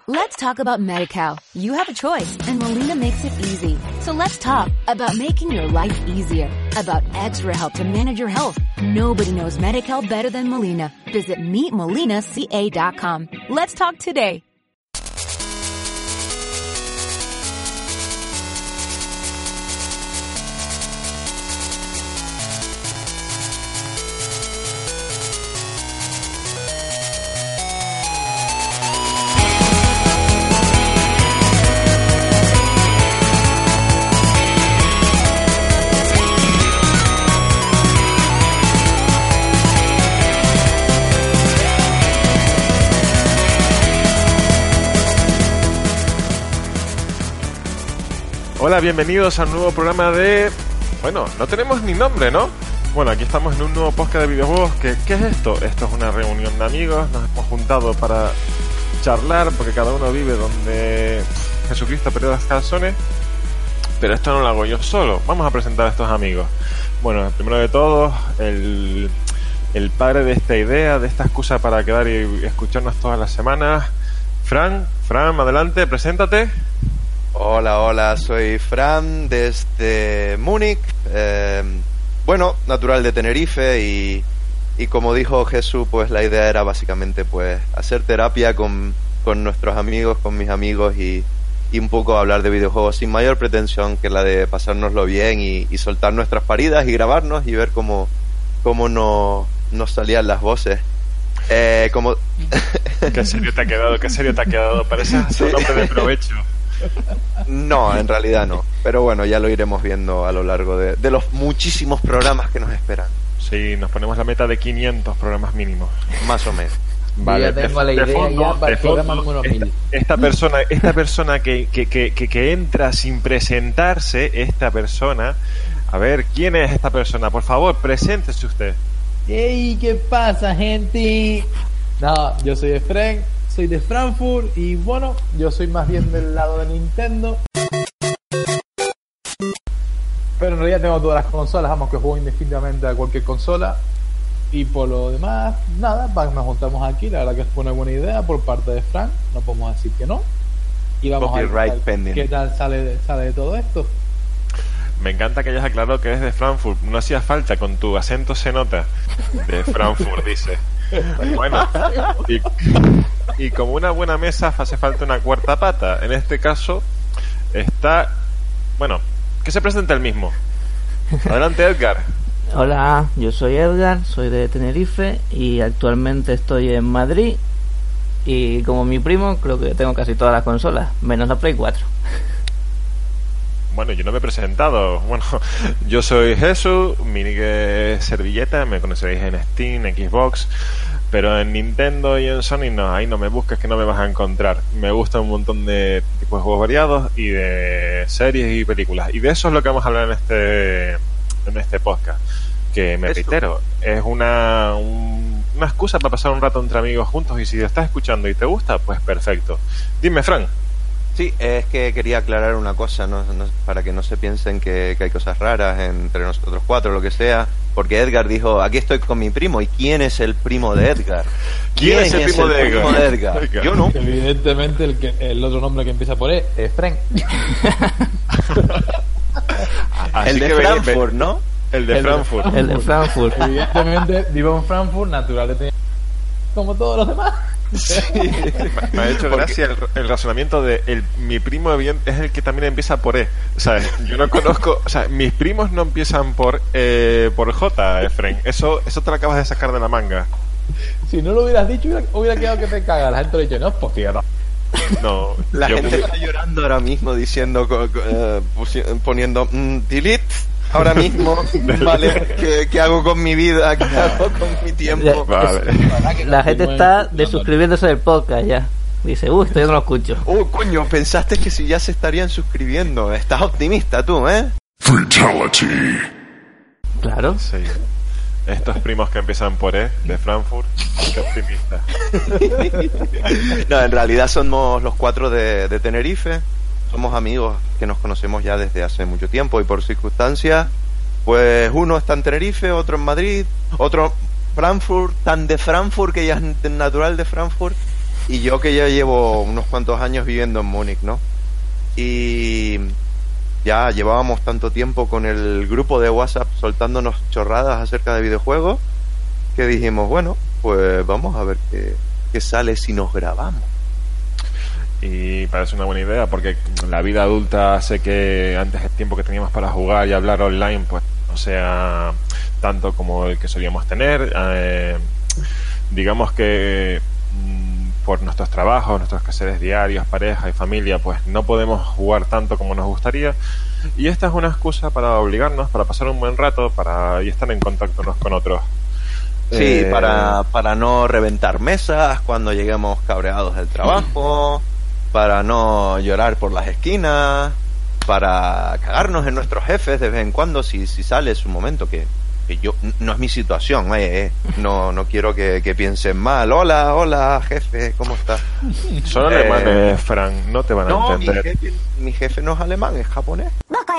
Let's talk about Medi-Cal. You have a choice, and Molina makes it easy. So let's talk about making your life easier, about extra help to manage your health. Nobody knows Medi-Cal better than Molina. Visit meetmolinaca.com. Let's talk today. Hola, bienvenidos a un nuevo programa de... Bueno, no tenemos ni nombre, ¿no? Bueno, aquí estamos en un nuevo podcast de videojuegos. ¿Qué es esto? Esto es una reunión de amigos. Nos hemos juntado para charlar, porque cada uno vive donde Jesucristo perdió las calzones. Pero esto no lo hago yo solo. Vamos a presentar a estos amigos. Bueno, primero de todo, el padre de esta idea, de esta excusa para quedar y escucharnos todas las semanas. Fran, adelante, preséntate. Hola, soy Fran desde Múnich, natural de Tenerife y como dijo Jesús, pues la idea era básicamente pues hacer terapia con nuestros amigos, con mis amigos y un poco hablar de videojuegos sin mayor pretensión que la de pasárnoslo bien y soltar nuestras paridas y grabarnos y ver cómo nos salían las voces. Qué serio te ha quedado, parece un hombre de provecho. No, en realidad no. Pero bueno, ya lo iremos viendo a lo largo de los muchísimos programas que nos esperan. Sí, nos ponemos la meta de 500 programas mínimos. Más o menos. Vale, ya tengo la idea ya para el programa número 1000. Esta persona que entra sin presentarse, a ver, ¿quién es esta persona? Por favor, preséntese usted. ¡Ey! ¿Qué pasa, gente? No, yo soy Efren, soy de Frankfurt y bueno, yo soy más bien del lado de Nintendo. Pero en realidad tengo todas las consolas, vamos, que juego indistintamente a cualquier consola. Y por lo demás, nada, nos juntamos aquí, la verdad que fue una buena idea por parte de Frank, no podemos decir que no. Y vamos a ver qué tal sale de todo esto. Me encanta que hayas aclarado que eres de Frankfurt, no hacía falta, con tu acento se nota. De Frankfurt, dice. Bueno, y como una buena mesa hace falta una cuarta pata. En este caso está... Bueno, que se presente el mismo. Adelante, Edgar. Hola, yo soy Edgar, soy de Tenerife y actualmente estoy en Madrid. Y como mi primo, creo que tengo casi todas las consolas, menos la Play 4. Bueno, yo no me he presentado. Bueno, yo soy Jesús, mi nick es Servilleta, me conoceréis en Steam, en Xbox, pero en Nintendo y en Sony no, ahí no me busques que no me vas a encontrar. Me gustan un montón de tipos de juegos variados y de series y películas, y de eso es lo que vamos a hablar en este podcast, que me reitero, es una excusa para pasar un rato entre amigos juntos, y si estás escuchando y te gusta, pues perfecto. Dime, Fran. Sí, es que quería aclarar una cosa, ¿no? Para que no se piensen que hay cosas raras entre nosotros cuatro, lo que sea, porque Edgar dijo, aquí estoy con mi primo. ¿Y quién es el primo de Edgar? ¿Quién es el primo de Edgar? Yo no. Evidentemente el otro nombre que empieza por E es Frank. El de Frankfurt, ¿no? El de Frankfurt. El de Frankfurt. Evidentemente vivo en Frankfurt, natural de Tenerife, como todos los demás. Sí. Me ha hecho gracia el razonamiento de mi primo es el que también empieza por E. O sea, yo no conozco, o sea, mis primos no empiezan por J, Efren. Eso te lo acabas de sacar de la manga. Si no lo hubieras dicho, hubiera quedado que te cagas. La gente lo ha dicho, no, pues tío, no. No, la gente está llorando ahora mismo diciendo, poniendo delete. Ahora mismo, vale, ¿qué hago con mi vida? ¿Qué hago con mi tiempo? Vale. La gente está desuscribiéndose del podcast ya. Dice, esto yo no lo escucho. Coño, pensaste que si ya se estarían suscribiendo. Estás optimista tú, ¿eh? Fatality. Claro. Sí. Estos primos que empiezan por E, de Frankfurt, qué optimista. No, en realidad somos los cuatro de Tenerife. Somos amigos que nos conocemos ya desde hace mucho tiempo y por circunstancias, pues uno está en Tenerife, otro en Madrid, otro Frankfurt, tan de Frankfurt que ya es natural de Frankfurt, Y yo que ya llevo unos cuantos años viviendo en Múnich, ¿no? Y ya llevábamos tanto tiempo con el grupo de WhatsApp soltándonos chorradas acerca de videojuegos que dijimos, bueno, pues vamos a ver qué sale si nos grabamos. Y parece una buena idea, porque la vida adulta hace que antes el tiempo que teníamos para jugar y hablar online pues no sea tanto como el que solíamos tener. Digamos que por nuestros trabajos, nuestros quehaceres diarios, pareja y familia, pues no podemos jugar tanto como nos gustaría, y esta es una excusa para obligarnos, para pasar un buen rato, para y estar en contacto unos con otros. Sí, para no reventar mesas cuando lleguemos cabreados del trabajo, para no llorar por las esquinas, para cagarnos en nuestros jefes de vez en cuando si sale su momento, que yo no es mi situación, no quiero que piensen mal. Hola jefe, ¿cómo estás? Son alemanes, Frank, no te van a entender. Mi jefe no es alemán, es japonés.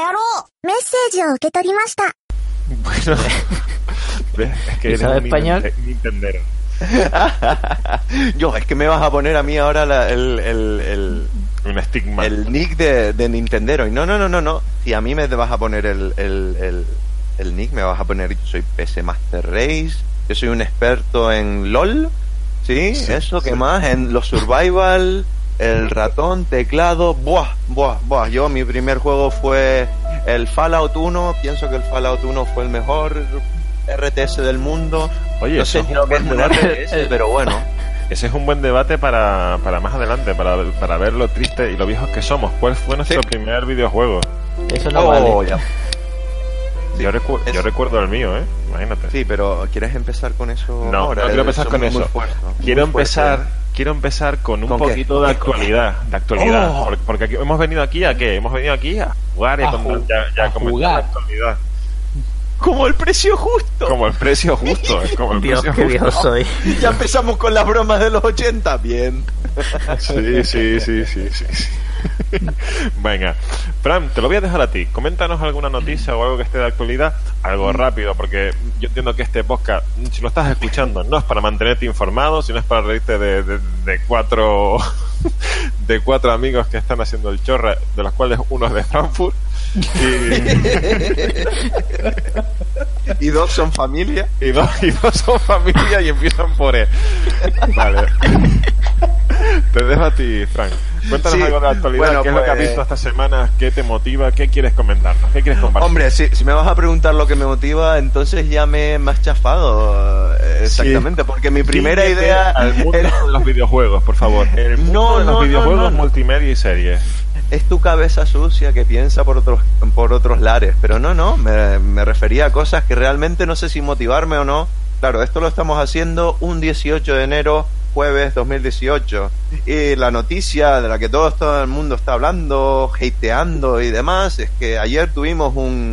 Bueno, ¿ves? Es que eres un español? Nintendero. Yo, es que me vas a poner a mí ahora un estigma. El nick de Nintendero. Y no. Si a mí me vas a poner el nick, me vas a poner, yo soy PC Master Race, yo soy un experto en LOL, ¿sí? Eso, ¿qué más? En los survival, el ratón, teclado, buah. Yo, mi primer juego fue el Fallout 1, pienso que el Fallout 1 fue el mejor RTS del mundo. Oye, no sé ni lo que es un RTS, pero bueno. Ese es un buen debate para más adelante, para ver lo triste y lo viejos que somos. ¿Cuál fue nuestro primer videojuego? Eso no vale. Ya. Sí, yo recuerdo el mío, imagínate. Sí, pero ¿quieres empezar con eso? No, ahora? No quiero empezar con eso. Quiero empezar con un poquito de actualidad. Porque aquí, hemos venido aquí a ¿qué? Hemos venido aquí a jugar y a comentar la actualidad. Como el precio justo. Como el precio justo. Dios, qué viejo soy. Ya empezamos con las bromas de los 80. Bien. Sí. Venga, Fran, te lo voy a dejar a ti. Coméntanos alguna noticia o algo que esté de actualidad, algo rápido, porque yo entiendo que este podcast, si lo estás escuchando, no es para mantenerte informado, sino es para reírte de cuatro amigos que están haciendo el chorra, de los cuales uno es de Frankfurt y dos son familia. Y dos son familia y empiezan por E. Vale. Te dejo a ti, Frank. Cuéntanos algo de la actualidad. Bueno, ¿qué es lo que has visto esta semana? ¿Qué te motiva? ¿Qué quieres comentarnos? ¿Qué quieres compartir? Hombre, si me vas a preguntar lo que me motiva, entonces ya me has chafado. Exactamente, porque mi primera idea al mundo de los videojuegos, por favor. El mundo de los videojuegos, multimedia y series. Es tu cabeza sucia que piensa por otros lares, pero no, me refería a cosas que realmente no sé si motivarme o no. Claro, esto lo estamos haciendo un 18 de enero, jueves 2018, y la noticia de la que todo el mundo está hablando, hateando y demás, es que ayer tuvimos un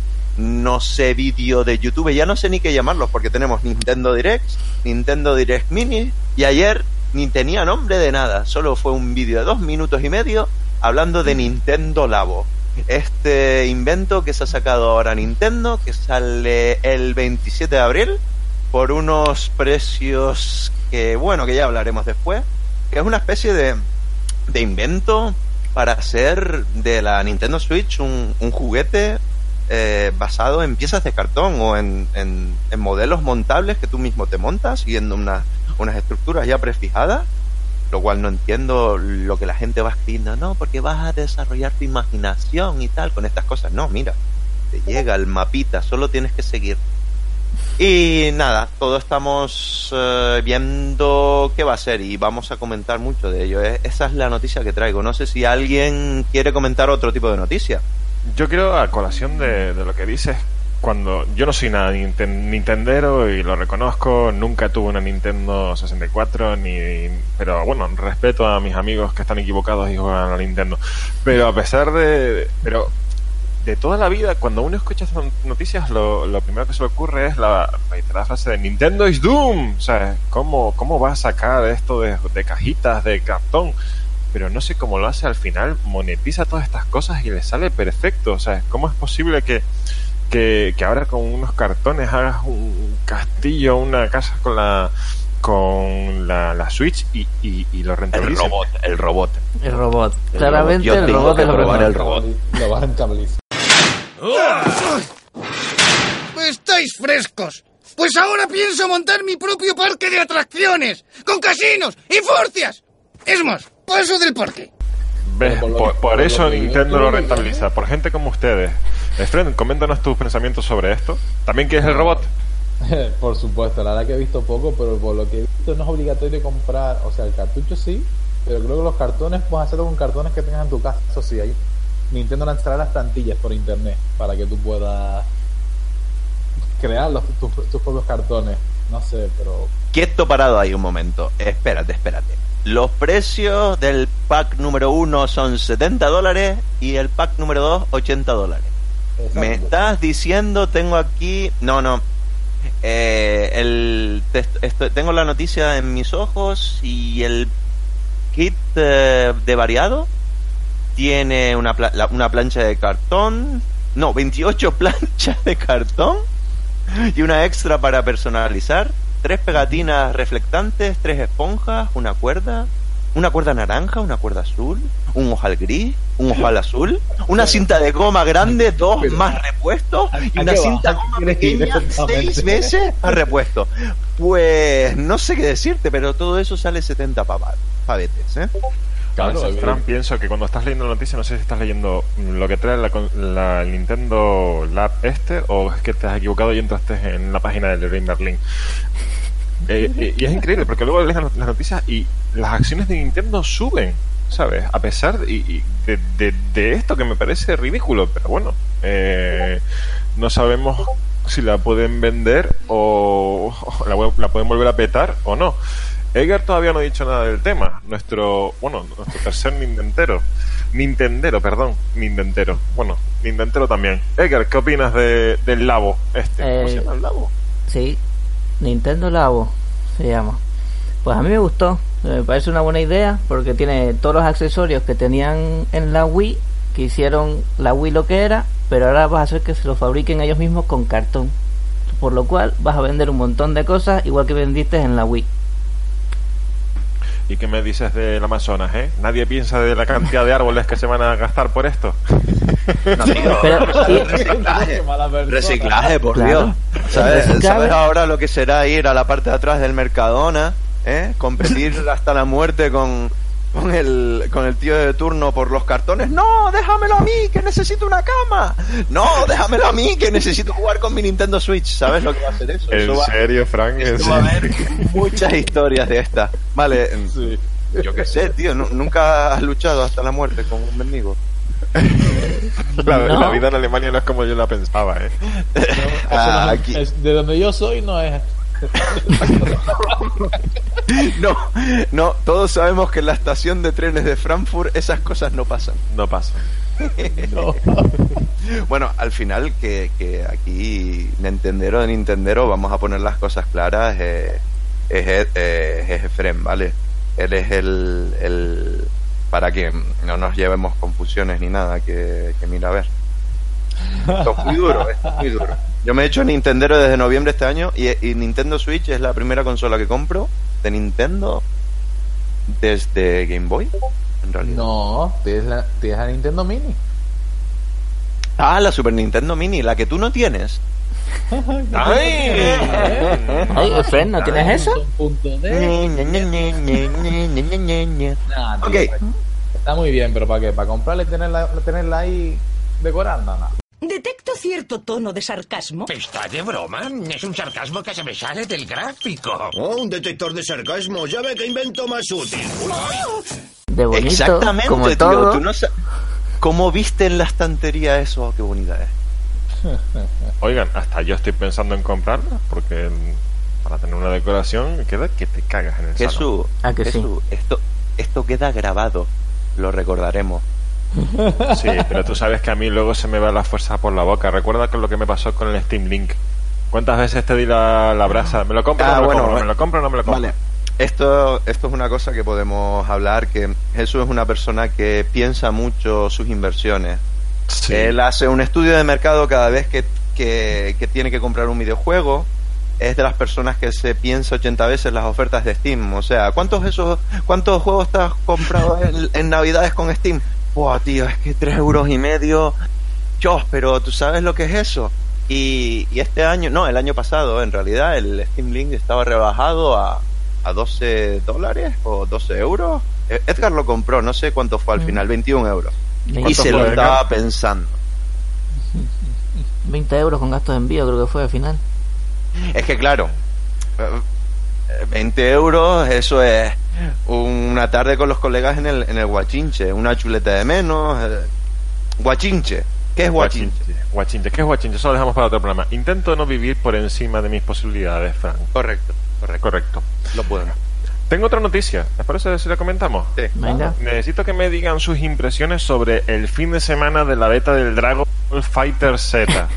vídeo de YouTube, ya no sé ni qué llamarlos, porque tenemos Nintendo Direct Mini, y ayer ni tenía nombre de nada, solo fue un vídeo de 2 minutos y medio hablando de Nintendo Labo, este invento que se ha sacado ahora Nintendo, que sale el 27 de abril por unos precios que ya hablaremos después, que es una especie de invento para hacer de la Nintendo Switch un juguete basado en piezas de cartón o en modelos montables que tú mismo te montas siguiendo unas estructuras ya prefijadas, lo cual no entiendo lo que la gente va escribiendo, no, porque vas a desarrollar tu imaginación y tal con estas cosas. No, mira, te llega el mapita, solo tienes que seguir. Y nada, todos estamos viendo qué va a ser y vamos a comentar mucho de ello. Esa es la noticia que traigo. No sé si alguien quiere comentar otro tipo de noticia. Yo creo, a colación de lo que dices, cuando yo no soy nada nintendero y lo reconozco, nunca tuve una Nintendo 64 pero bueno, respeto a mis amigos que están equivocados y juegan a Nintendo, pero a pesar de toda la vida, cuando uno escucha estas noticias, lo primero que se le ocurre es la frase de Nintendo is Doom. O sea, ¿cómo va a sacar esto de cajitas de cartón? Pero no sé cómo lo hace al final, monetiza todas estas cosas y le sale perfecto. O sea, ¿cómo es posible que ahora con unos cartones hagas un castillo, una casa con la Switch y lo rentabilicen. El robot. Claramente Yo el tengo robot que es lo probar mejor. el robot. Lo vas a rentabilizar. ¡Estáis frescos! Pues ahora pienso montar mi propio parque de atracciones, con casinos y furcias. Es más, paso del parque. ¿Ves? Por lo- Por eso por lo que Nintendo yo lo estoy rentabiliza. Por gente como ustedes. Efren, coméntanos tus pensamientos sobre esto. ¿También quieres el robot? Por supuesto, la verdad que he visto poco, pero por lo que he visto no es obligatorio comprar, o sea, el cartucho sí, pero creo que los cartones puedes hacerlo con cartones que tengas en tu casa. Eso sí, hay Nintendo lanzará las plantillas por internet para que tú puedas crear tus propios cartones. No sé, pero Quieto parado ahí un momento. Espérate. Los precios del pack número 1 son $70 y el pack número 2 $80. exacto. Me estás diciendo, tengo aquí... No. Tengo la noticia en mis ojos y el kit de variado tiene una plancha de cartón. No, 28 planchas de cartón y una extra para personalizar. 3 pegatinas reflectantes, 3 esponjas, una cuerda naranja, una cuerda azul, un ojal gris, un ojal azul, una cinta de goma grande, 2 más repuestos y una qué cinta de va? goma ¿Quieres ir pequeña, exactamente? 6 veces más repuesto. Pues no sé qué decirte, pero todo eso sale 70 pavetes, ¿eh? Claro, Fran, evidente. pienso que cuando estás leyendo la noticia, no sé si estás leyendo lo que trae el Nintendo Lab o es que te has equivocado y entraste en la página del Leroy Merlin. Y es increíble porque luego lees las noticias y las acciones de Nintendo suben, ¿sabes? A pesar de esto que me parece ridículo, pero bueno, no sabemos si la pueden vender o la pueden volver a petar o no. Edgar todavía no ha dicho nada del tema. Nuestro tercer Nintendero. Bueno, Nintendero también. Edgar, ¿qué opinas del Labo ¿Cómo se llama el Labo? Sí, Nintendo Labo se llama. Pues a mí me gustó, me parece una buena idea porque tiene todos los accesorios que tenían en la Wii, que hicieron la Wii lo que era, pero ahora vas a hacer que se lo fabriquen ellos mismos con cartón, por lo cual vas a vender un montón de cosas igual que vendiste en la Wii. ¿Y qué me dices del Amazonas, Nadie piensa de la cantidad de árboles que se van a gastar por esto. No, amigo, Pero, reciclaje, Mala persona. reciclaje, por Claro. Dios. ¿Sabes? Reciclaje. ¿Sabes ahora lo que será ir a la parte de atrás del Mercadona, competir hasta la muerte con el tío de turno por los cartones? No, déjamelo a mí, que necesito una cama. No, déjamelo a mí, que necesito jugar con mi Nintendo Switch. ¿Sabes lo que va a hacer eso? ¿En serio, Frank? ¿En Eso va a serio? haber muchas historias de estas. Vale, Sí. yo qué sé, tío, nunca has luchado hasta la muerte con un mendigo. La No. vida en Alemania no es como yo la pensaba, Aquí. De donde yo soy no es. No, todos sabemos que en la estación de trenes de Frankfurt esas cosas no pasan. No pasa. No. Bueno, al final que aquí Nintendero, vamos a poner las cosas claras, es Efren, ¿vale? Él es el para que no nos llevemos confusiones ni nada, que mira a ver. Esto es muy duro. Yo me he hecho Nintendero desde noviembre de este año y Nintendo Switch es la primera consola que compro de Nintendo desde Game Boy, en realidad. No, tienes la Nintendo Mini. Ah, la Super Nintendo Mini, la que tú no tienes. ¡Ay! Ay, Fred, ¿no tienes eso? Punto D. Nah, tío, Ok. Está muy bien, pero ¿para qué? ¿Para comprarla y tenerla ahí decorando? No. Detecto cierto tono de sarcasmo. ¿Está de broma? Es un sarcasmo que se me sale del gráfico. Oh, un detector de sarcasmo. Ya ve que invento más útil. De bonito, Exactamente, como tío. todo. Tú no ¿Cómo viste en la estantería eso? Qué bonita es. Oigan, hasta yo estoy pensando en comprarla porque para tener una decoración queda que te cagas en el salón. Jesús, Ah, que Jesús, esto queda grabado. Lo recordaremos. Sí, pero tú sabes que a mí luego se me va la fuerza por la boca. Recuerda que lo que me pasó con el Steam Link. ¿Cuántas veces te di la brasa? ¿Me lo compro o no me lo compro? ¿Me lo compro o no me lo compro? Vale. Esto es una cosa que podemos hablar, que Jesús es una persona que piensa mucho sus inversiones. Sí. Él hace un estudio de mercado cada vez que tiene que comprar un videojuego es de las personas que se piensa 80 veces las ofertas de Steam. O sea, ¿cuántos juegos te has comprado en Navidades con Steam? Buah, tío, es que 3,5 €. Chos, pero ¿tú sabes lo que es eso? Y este año, no, el año pasado, en realidad, el Steam Link estaba rebajado a $12 o 12 euros. Edgar lo compró, no sé cuánto fue al final, 21 euros. Y se lo estaba pensando. 20 euros con gastos de envío, creo que fue al final. Es que claro, 20 euros, eso es una tarde con los colegas en el guachinche, una chuleta de menos. Guachinche, ¿qué es guachinche? Guachinche, ¿qué es guachinche? Eso lo dejamos para otro programa. Intento no vivir por encima de mis posibilidades, Frank. Correcto. Lo puedo. Tengo otra noticia, ¿les parece si la comentamos? Sí. Venga. Necesito que me digan sus impresiones sobre el fin de semana de la beta del Dragon Ball Fighter Z.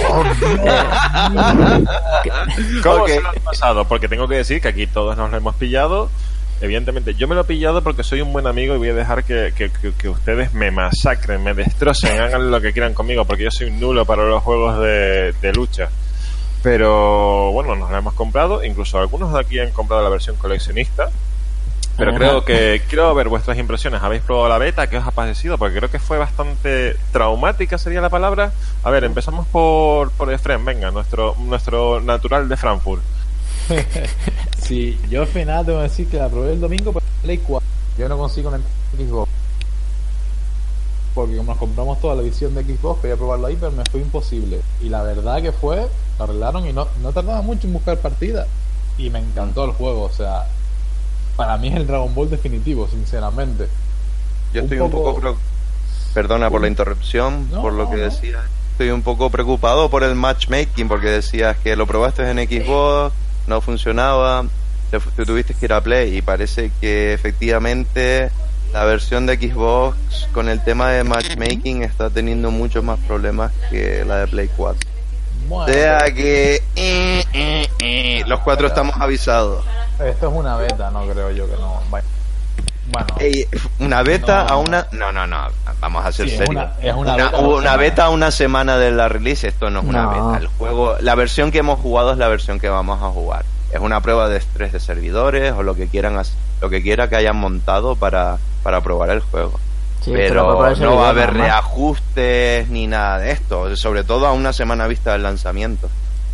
¿Cómo se lo han pasado? Porque tengo que decir que aquí todos nos lo hemos pillado. Evidentemente, yo me lo he pillado porque soy un buen amigo y voy a dejar que ustedes me masacren, me destrocen, hagan lo que quieran conmigo, porque yo soy un nulo para los juegos de lucha. Pero bueno, nos la hemos comprado, incluso algunos de aquí han comprado la versión coleccionista. Pero quiero ver vuestras impresiones. ¿Habéis probado la beta? ¿Qué os ha parecido? Porque creo que fue bastante traumática, sería la palabra. A ver, empezamos por Efren, venga, nuestro natural de Frankfurt. Sí, yo al final tengo que decir que la probé el domingo por Play 4. Yo no consigo en Xbox, porque como nos compramos toda la edición de Xbox, quería probarlo ahí, pero me fue imposible. Y la verdad que lo arreglaron y no tardaba mucho en buscar partida. Y me encantó el juego, o sea, para mí es el Dragon Ball definitivo, sinceramente. Yo estoy un poco perdona por la interrupción, por lo que decías. Estoy un poco preocupado por el matchmaking, porque decías que lo probaste en Xbox, no funcionaba, te tuviste que ir a Play, y parece que efectivamente la versión de Xbox con el tema de matchmaking está teniendo muchos más problemas que la de Play 4. Bueno, o sea que los cuatro estamos avisados. Esto es una beta, no creo yo que no. Bueno, una beta a una... No, vamos a ser serios. Es una beta a una semana de la release. Esto no es una beta. El juego, la versión que hemos jugado es la versión que vamos a jugar. Es una prueba de estrés de servidores o lo que quiera que hayan montado para probar el juego. Sí, pero no va a haber reajustes ni nada de esto, sobre todo a una semana vista del lanzamiento.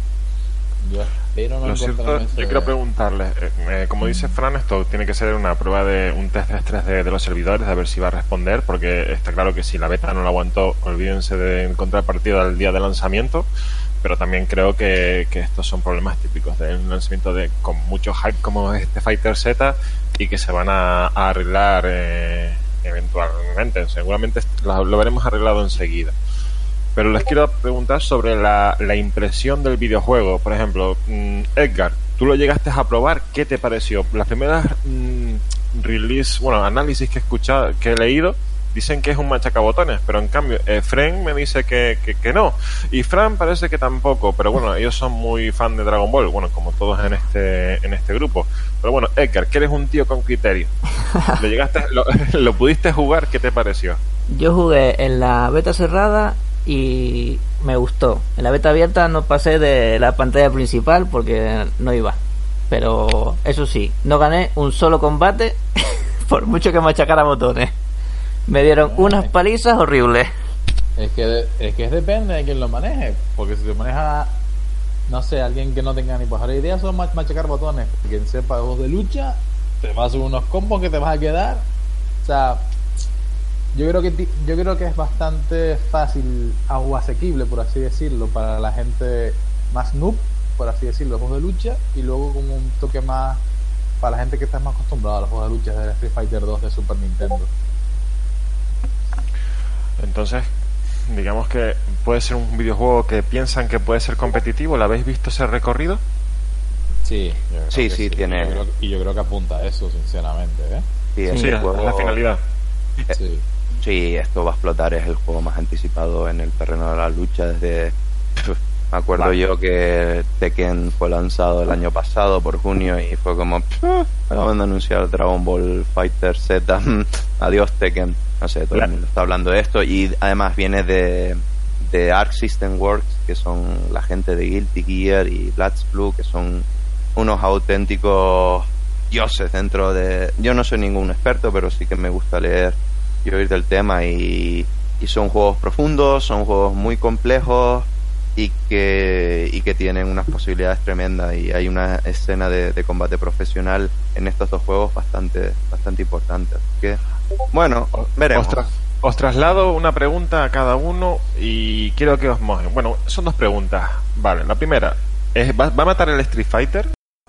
Lo cierto, yo quiero preguntarle, como dice Fran, esto tiene que ser una prueba de un test de estrés de los servidores, a ver si va a responder, porque está claro que si la beta no la aguantó, olvídense de encontrar partida al día de lanzamiento. Pero también creo que estos son problemas típicos de un lanzamiento con mucho hype como este Fighter Z, y que se van a arreglar eventualmente. Seguramente lo veremos arreglado enseguida. Pero les quiero preguntar sobre la impresión del videojuego. Por ejemplo, Edgar, tú lo llegaste a probar, ¿qué te pareció? Las primeras análisis que he leído dicen que es un machacabotones, pero en cambio Fran me dice que no, y Fran parece que tampoco, pero bueno, ellos son muy fan de Dragon Ball, bueno, como todos en este grupo. Pero bueno, Edgar, que eres un tío con criterio, lo pudiste jugar, ¿qué te pareció? Yo jugué en la beta cerrada y me gustó. En la beta abierta no pasé de la pantalla principal porque no iba, pero eso sí, no gané un solo combate por mucho que machacara botones. Me dieron unas palizas horribles. Es que depende de quién lo maneje, porque si te maneja, no sé, alguien que no tenga ni pajara idea sobre machacar botones, quien sepa juegos de lucha, te vas a hacer unos combos que te vas a quedar. O sea, yo creo que es bastante fácil o asequible, por así decirlo, para la gente más noob, por así decirlo, juegos de lucha, y luego como un toque más para la gente que está más acostumbrada a los juegos de lucha de Street Fighter 2 de Super Nintendo. Entonces, digamos que puede ser un videojuego que piensan que puede ser competitivo. ¿La habéis visto ese recorrido? Sí, tiene. Yo creo que apunta a eso, sinceramente, Sí, es la finalidad. Sí, esto va a explotar. Es el juego más anticipado en el terreno de la lucha desde... Me acuerdo yo que Tekken fue lanzado el año pasado por junio y fue como acaban de anunciar Dragon Ball Fighter Z. Adiós Tekken. No sé, todo el mundo está hablando de esto, y además viene de de Arc System Works, que son la gente de Guilty Gear y BlazBlue, que son unos auténticos dioses dentro de... Yo no soy ningún experto, pero sí que me gusta leer y oír del tema, y son juegos profundos, son juegos muy complejos y que tienen unas posibilidades tremendas, y hay una escena de combate profesional en estos dos juegos bastante importante. Así que, bueno, veremos. Os traslado una pregunta a cada uno y quiero que os mojen. Bueno, son dos preguntas. Vale, la primera es, ¿va a matar el Street Fighter?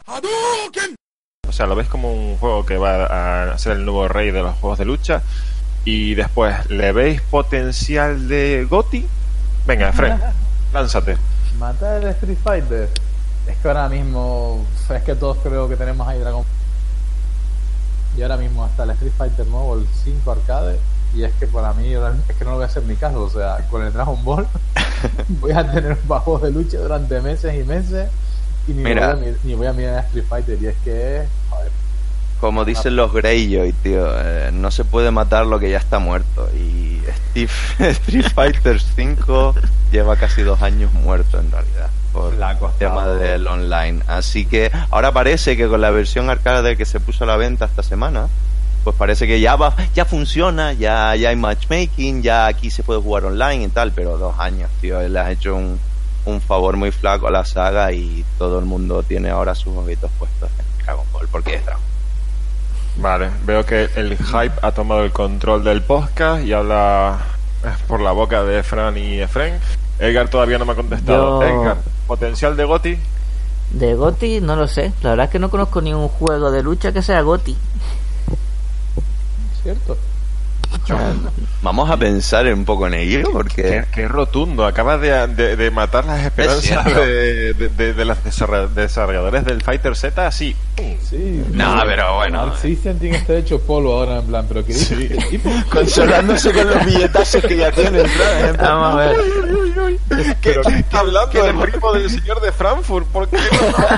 O sea, ¿lo ves como un juego que va a ser el nuevo rey de los juegos de lucha? Y después, ¿le veis potencial de GOTY? Venga, Fred, lánzate. Matar el Street Fighter. Es que ahora mismo, es que todos creo que tenemos ahí Dragon. Y ahora mismo hasta el Street Fighter nuevo, el 5 arcade. Y es que para mí, es que no lo voy a hacer ni caso. O sea, con el Dragon Ball voy a tener juegos de lucha durante meses y meses. Y ni voy a mirar a Street Fighter. Y es que, joder. Como dicen los Greyjoy, tío, no se puede matar lo que ya está muerto. Y Street Fighter 5 lleva casi 2 años muerto en realidad, por el tema del online. Así que ahora parece que con la versión arcade que se puso a la venta esta semana, pues parece que ya funciona, ya hay matchmaking, ya aquí se puede jugar online y tal, pero 2 años, tío, él le ha hecho un favor muy flaco a la saga, y todo el mundo tiene ahora sus ojitos puestos en Dragon Ball, porque es Dragon Ball. Vale, veo que el hype ha tomado el control del podcast y habla por la boca de Fran y Efren. Edgar todavía no me ha contestado. Edgar, ¿potencial de GOTY? De GOTY no lo sé. La verdad es que no conozco ni un juego de lucha que sea GOTY. ¿Cierto? Vamos a pensar un poco en ello, porque... Qué rotundo, acabas de matar las esperanzas de los desarrolladores del Fighter Z, así. Sí. No, pero bueno. Arc System tiene que estar hecho polvo ahora, en plan, pero ¿qué dices? Sí. Consolándose con los billetazos que ya tiene, ¿sabes? Vamos a ver. ¿Qué está hablando del primo del señor de Frankfurt? ¿Por qué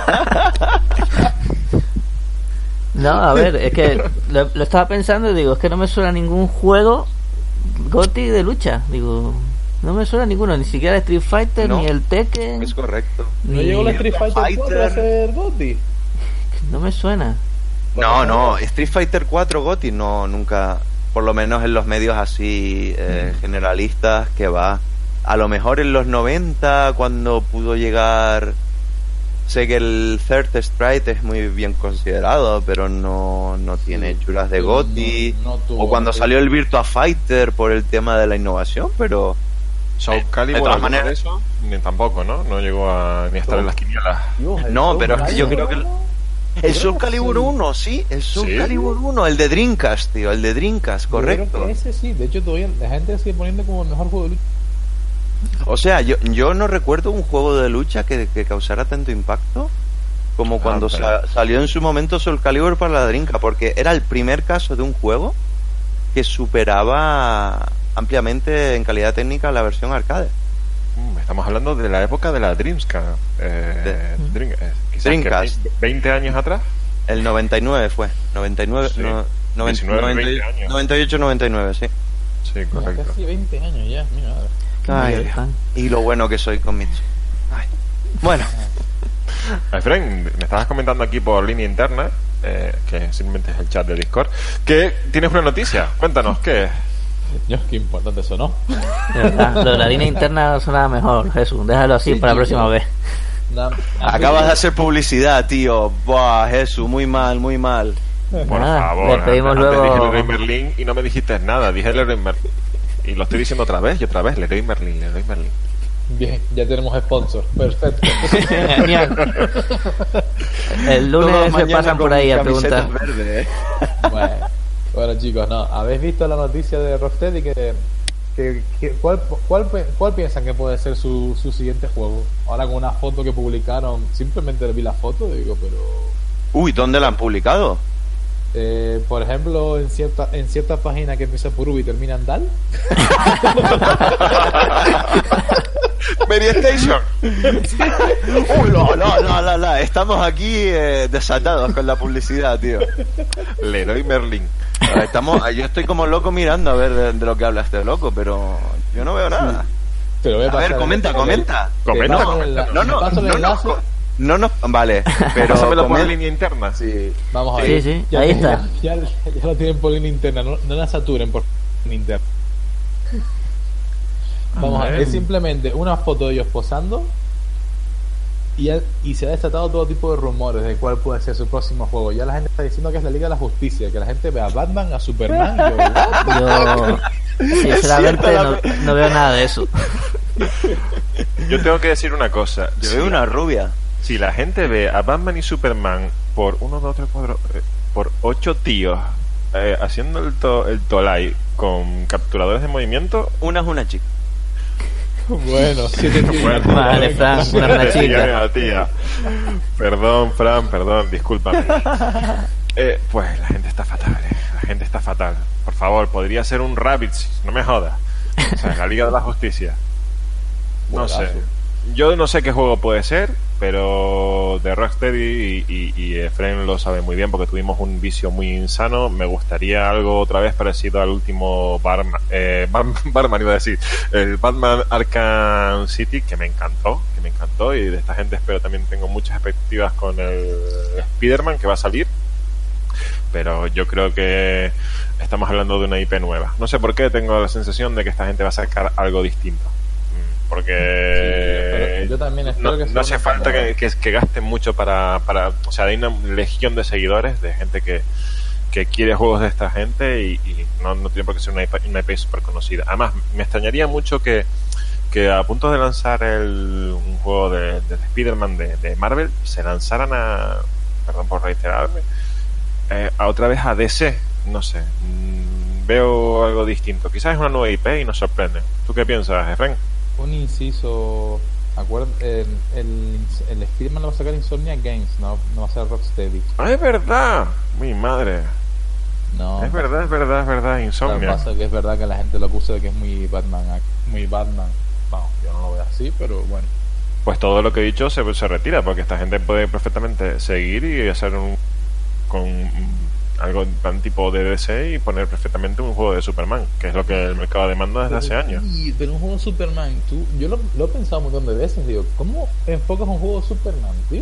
No, a ver, es que lo estaba pensando y digo, es que no me suena ningún juego GOTY de lucha. Digo, no me suena ninguno, ni siquiera el Street Fighter, No, ni el Tekken. es correcto. ¿No llegó la Street Fighter 4 a ser GOTY? No me suena. No, Street Fighter 4 GOTY no, nunca, por lo menos en los medios así generalistas que va. A lo mejor en los 90, cuando pudo llegar... Sé que el Third Strike es muy bien considerado, pero no tiene chulas de GOTY. O cuando salió el Virtua Fighter por el tema de la innovación, pero... Soul Calibur, de todas maneras, eso, ni tampoco, ¿no? No llegó ni a estar en las quinielas. No, pero es que yo creo que... El Soul Calibur 1, sí, el Soul Calibur 1, el de Dreamcast, tío, el de Dreamcast, correcto. Creo que ese sí, de hecho todavía la gente sigue poniendo como el mejor juego de lucha. O sea, yo no recuerdo un juego de lucha que causara tanto impacto como cuando salió en su momento Soul Calibur para la Dreamcast, porque era el primer caso de un juego que superaba ampliamente en calidad técnica la versión arcade. Estamos hablando de la época de la Dreamcast. Dreamcast. 20 años atrás. El 99 fue. 99, Sí. no, 20 años. 98, 99, sí. Sí, correcto. Casi 20 años ya, mira. Ay, y lo bueno que soy con Mitsu. Ay. Bueno. Efren, me estabas comentando aquí por línea interna, que simplemente es el chat de Discord, que tienes una noticia. Cuéntanos, ¿qué es? Dios, qué importante eso, ¿no? De verdad, lo de la línea interna sonaba mejor, Jesús. Déjalo así para la próxima vez. Acabas de hacer publicidad, tío. Buah, Jesús, muy mal, muy mal. Por Nada, favor, le pedimos antes luego... dije Leroy Merlin y no me dijiste nada. Dije Leroy Merlin. Y lo estoy diciendo otra vez y otra vez. Leroy Merlin. Bien, ya tenemos sponsor. Perfecto. Genial. El lunes se pasan por ahí a preguntar. Bueno, chicos, no. ¿Habéis visto la noticia de Rocksteady ¿cuál piensan que puede ser su siguiente juego? Ahora con una foto que publicaron, simplemente vi la foto, digo, pero... Uy, ¿dónde la han publicado? Por ejemplo, en cierta página que empieza por U y termina en DAL. Media Station. No, estamos aquí desatados con la publicidad, tío. Leroy Merlin. Yo estoy como loco mirando a ver de lo que habla este loco, pero yo no veo nada. Te lo voy a A pasar. ver, comenta. Comenta. No, vale, pero Pásamelo por línea interna. Sí. Vamos a ver. Sí, Ya ahí tienen- está. Ya lo tienen por línea interna, no la saturen por línea interna. Vamos a ver, es simplemente una foto de ellos posando y se ha desatado todo tipo de rumores de cuál puede ser su próximo juego. Ya la gente está diciendo que es la Liga de la Justicia, que la gente ve a Batman, a Superman. Yo sinceramente no veo nada de eso. Yo tengo que decir una cosa. Yo veo una rubia. Si la gente ve a Batman y Superman por 1, 2, 3, 4, por 8 tíos haciendo el tolai con capturadores de movimiento, Una es una chica. Bueno, 7 tíos. Vale, Fran, una chica. tía. Perdón, Fran, discúlpame. Pues la gente está fatal, la gente está fatal. Por favor, podría ser un Rabbids, no me jodas. O sea, la Liga de la Justicia. No sé. Yo no sé qué juego puede ser, pero de Rocksteady y Efraín lo sabe muy bien porque tuvimos un vicio muy insano. Me gustaría algo otra vez parecido al último Batman iba a decir, el Batman Arkham City, que me encantó, y de esta gente espero también tengo muchas expectativas con el Spider-Man que va a salir, pero yo creo que estamos hablando de una IP nueva. No sé por qué tengo la sensación de que esta gente va a sacar algo distinto. Porque yo también espero que no hace falta que gasten mucho para o sea, hay una legión de seguidores de gente que quiere juegos de esta gente y no tiene por qué ser una IP super conocida. Además, me extrañaría mucho que a punto de lanzar un juego de Spider-Man de Marvel se lanzaran perdón por reiterarme, a otra vez a DC. No sé, veo algo distinto. Quizás es una nueva IP y nos sorprende. ¿Tú qué piensas, Efraín? Un inciso, el Spider-Man lo va a sacar Insomniac Games, no va a ser Rocksteady. Ah, es verdad, mi madre. No. Es verdad, Lo que Insomnia. pasa es que es verdad que la gente lo acusa de que es muy Batman. Vamos, yo no lo veo así, pero bueno. Pues todo lo que he dicho se retira, porque esta gente puede perfectamente seguir y hacer algo tan tipo de DC y poner perfectamente un juego de Superman, que es lo que el mercado demanda desde hace años. Pero un juego de Superman, yo lo he pensado un montón de veces, digo, ¿cómo enfocas un juego de Superman, tío?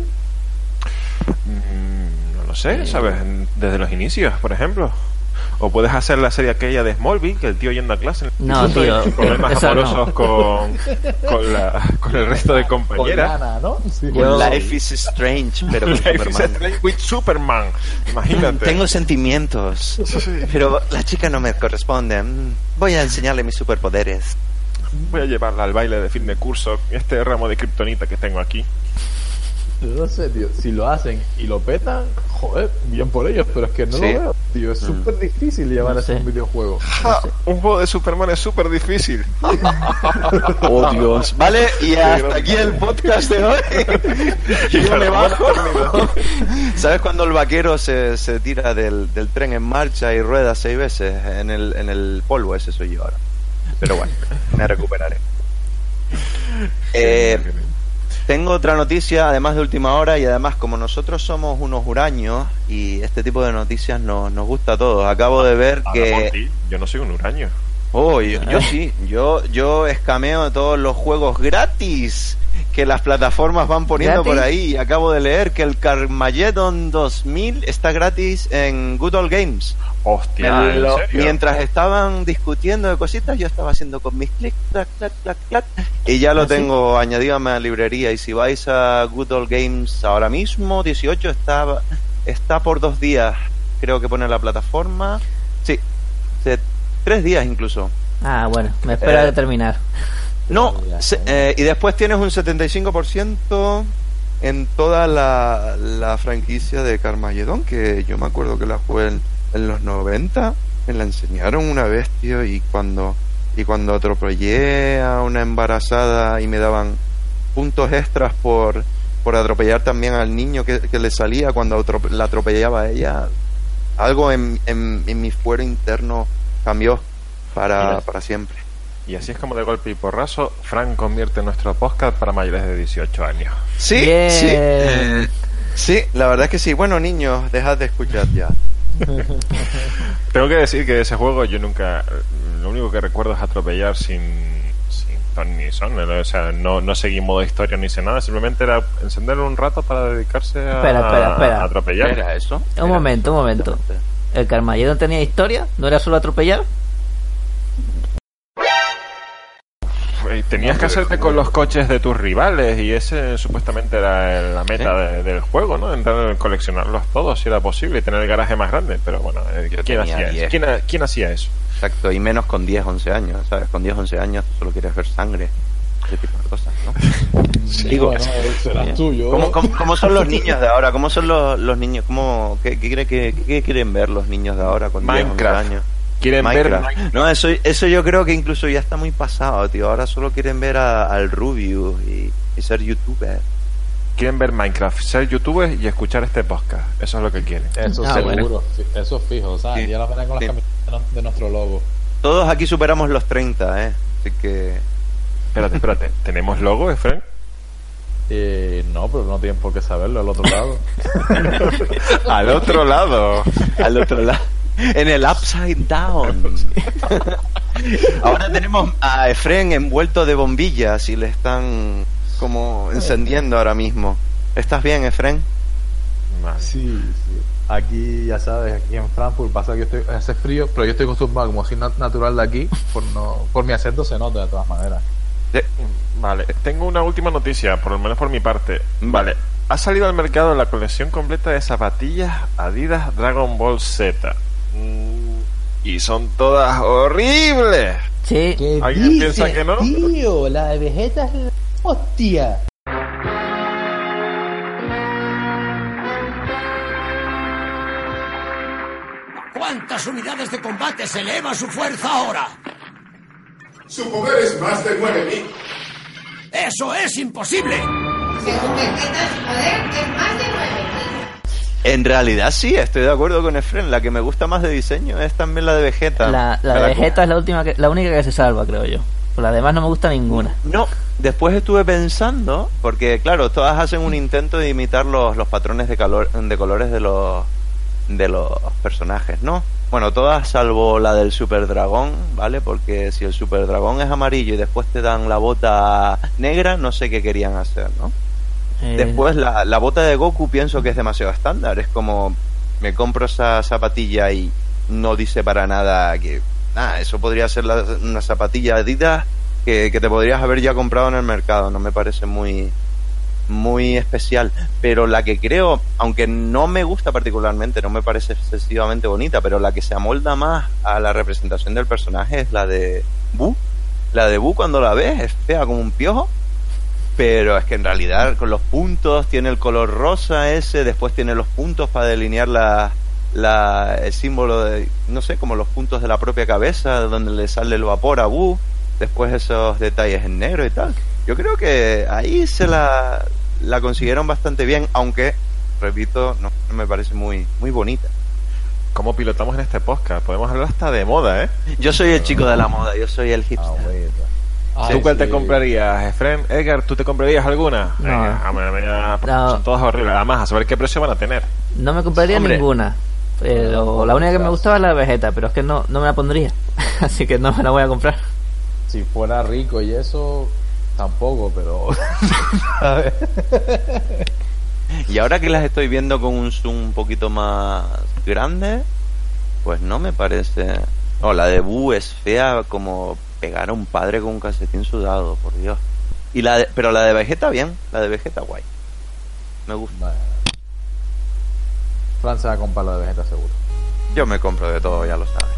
No lo sé, ¿sabes? Desde los inicios, por ejemplo. O puedes hacer la serie aquella de Smallville, que el tío yendo a clase en el No, instituto tío, y problemas esa no. amorosos con el resto de compañeras. Con Lana, ¿no? Sí. Life is Strange, pero con Life is Superman. Strange with Superman. Imagínate. Tengo sentimientos, pero la chica no me corresponde. Voy a enseñarle mis superpoderes. Voy a llevarla al baile de fin de curso. Este ramo de kriptonita que tengo aquí. No sé, tío, si lo hacen y lo petan, joder, bien por ellos, pero es que no Sí. lo veo, tío, es súper difícil llevar No a hacer sé. un videojuego. Un juego de Superman es súper difícil. Oh Dios. Vale, y hasta aquí el podcast de hoy. Yo me bajo. ¿Sabes cuando el vaquero se tira del tren en marcha y rueda 6 veces en el polvo? Ese soy yo ahora. Pero bueno, me recuperaré. Tengo otra noticia, además de última hora, y además como nosotros somos unos huraños y este tipo de noticias nos gusta a todos. Acabo de ver Ahora que... por ti, yo no soy un huraño. Oh, yo sí, yo escameo todos los juegos gratis que las plataformas van poniendo ¿Gratis? por ahí. Y acabo de leer que el Carmageddon 2000 está gratis en Good Old Games. Hostia, ¿en serio? Mientras estaban discutiendo de cositas, yo estaba haciendo con mis clics, clac, clac, clac, clac, y ya lo ¿Ah, sí? tengo añadido a mi librería. Y si vais a Good Old Games ahora mismo, 18, está por 2 días, creo que pone la plataforma. Sí, 3 días incluso. Ah, bueno, me espera de terminar. No, y después tienes un 75% en toda la franquicia de Carmageddon, que yo me acuerdo que la jugué en los 90, me la enseñaron una vez, tío, y cuando atropellé a una embarazada y me daban puntos extras por atropellar también al niño que le salía cuando la atropellaba a ella, algo en mi fuero interno cambió para siempre. Y así es como de golpe y porrazo, Frank convierte nuestro podcast para mayores de 18 años. Sí, Bien. sí. Sí, la verdad es que sí. Bueno, niños, dejad de escuchar ya. Tengo que decir que de ese juego yo nunca... Lo único que recuerdo es atropellar sin ton ni son. O sea, no seguí modo historia ni sé nada. Simplemente era encenderlo un rato para dedicarse a, Espera. a atropellar. ¿Era eso? Un momento. ¿El Carmageddon tenía historia? ¿No era solo atropellar? Tenías que hacerte con los coches de tus rivales y ese supuestamente era la meta del juego, ¿no? Entrar, coleccionarlos todos si era posible y tener el garaje más grande. Pero bueno, ¿quién hacía eso? ¿Quién hacía eso? Exacto, y menos con 10, 11 años, ¿sabes? Con 10, 11 años solo quieres ver sangre, ese tipo de cosas, ¿no? Digo, bueno, será tuyo. ¿Cómo son los niños de ahora? ¿Cómo son los niños? ¿Qué quieren ver los niños de ahora con 10, 11 años? Quieren Minecraft. ver... No, eso yo creo que incluso ya está muy pasado, tío. Ahora solo quieren ver al Rubius y ser youtuber. Quieren ver Minecraft, ser youtubers y escuchar este podcast. Eso es lo que quieren. Eso seguro, eso es fijo. O sea, Sí. ya la verán con las camisetas de nuestro logo. Todos aquí superamos los 30, Así que... Espérate. ¿Tenemos logo, Efren? No, pero no tienen por qué saberlo al otro lado. Al otro lado. Al otro lado. En el Upside Down. Ahora tenemos a Efren envuelto de bombillas y le están como encendiendo ahora mismo. ¿Estás bien, Efren? Vale. Sí. Aquí, ya sabes, aquí en Frankfurt pasa que hace frío, pero yo estoy acostumbrado, como soy natural de aquí, por mi acento se nota de todas maneras. Vale, tengo una última noticia, por lo menos por mi parte. Vale, ha salido al mercado la colección completa de zapatillas Adidas Dragon Ball Z. Y son todas horribles. Sí. ¿Alguien piensa que no? Tío, la de Vegeta es la hostia. ¿Cuántas unidades de combate se eleva su fuerza ahora? Su poder es más de 9000. ¡Eso es imposible! Según Vegeta, su poder es más de 9000. En realidad sí, estoy de acuerdo con Efren. La que me gusta más de diseño es también la de Vegeta. La de Vegeta es la única que se salva, creo yo. Por las demás no me gusta ninguna. No, después estuve pensando, porque claro, todas hacen un intento de imitar los patrones de colores de los personajes, ¿no? Bueno, todas salvo la del Super Dragón, ¿vale? Porque si el Super Dragón es amarillo y después te dan la bota negra, no sé qué querían hacer, ¿no? Después la bota de Goku pienso que es demasiado estándar. Es como, me compro esa zapatilla y no dice para nada que... eso podría ser una zapatilla Adidas que te podrías haber ya comprado en el mercado. No me parece muy especial. Pero la que creo, aunque no me gusta particularmente, no me parece excesivamente bonita, pero la que se amolda más a la representación del personaje es la de Buu. La de Buu, cuando la ves, es fea como un piojo, pero es que en realidad con los puntos tiene el color rosa ese, después tiene los puntos para delinear el símbolo de, no sé, como los puntos de la propia cabeza donde le sale el vapor a Buu, después esos detalles en negro y tal. Yo creo que ahí se la consiguieron bastante bien, aunque, repito, no me parece muy bonita. ¿Cómo pilotamos en este podcast? Podemos hablar hasta de moda, ¿eh? Yo soy el chico de la moda, yo soy el hipster. ¿Tú cuál te comprarías, Efren? Edgar, ¿tú te comprarías alguna? No. Son todas horribles. Además, a saber qué precio van a tener. No me compraría ninguna. Pero la única que me gustaba es la de Vegeta, pero es que no me la pondría. Así que no me la voy a comprar. Si fuera rico y eso, tampoco, pero... a ver. Y ahora que las estoy viendo con un zoom un poquito más grande, pues no me parece... No, la de Buu es fea como pegar a un padre con un calcetín sudado, por Dios. Pero la de Vegeta bien, la de Vegeta guay. Me gusta. Fran se va a comprar la de Vegeta seguro. Yo me compro de todo, ya lo sabes.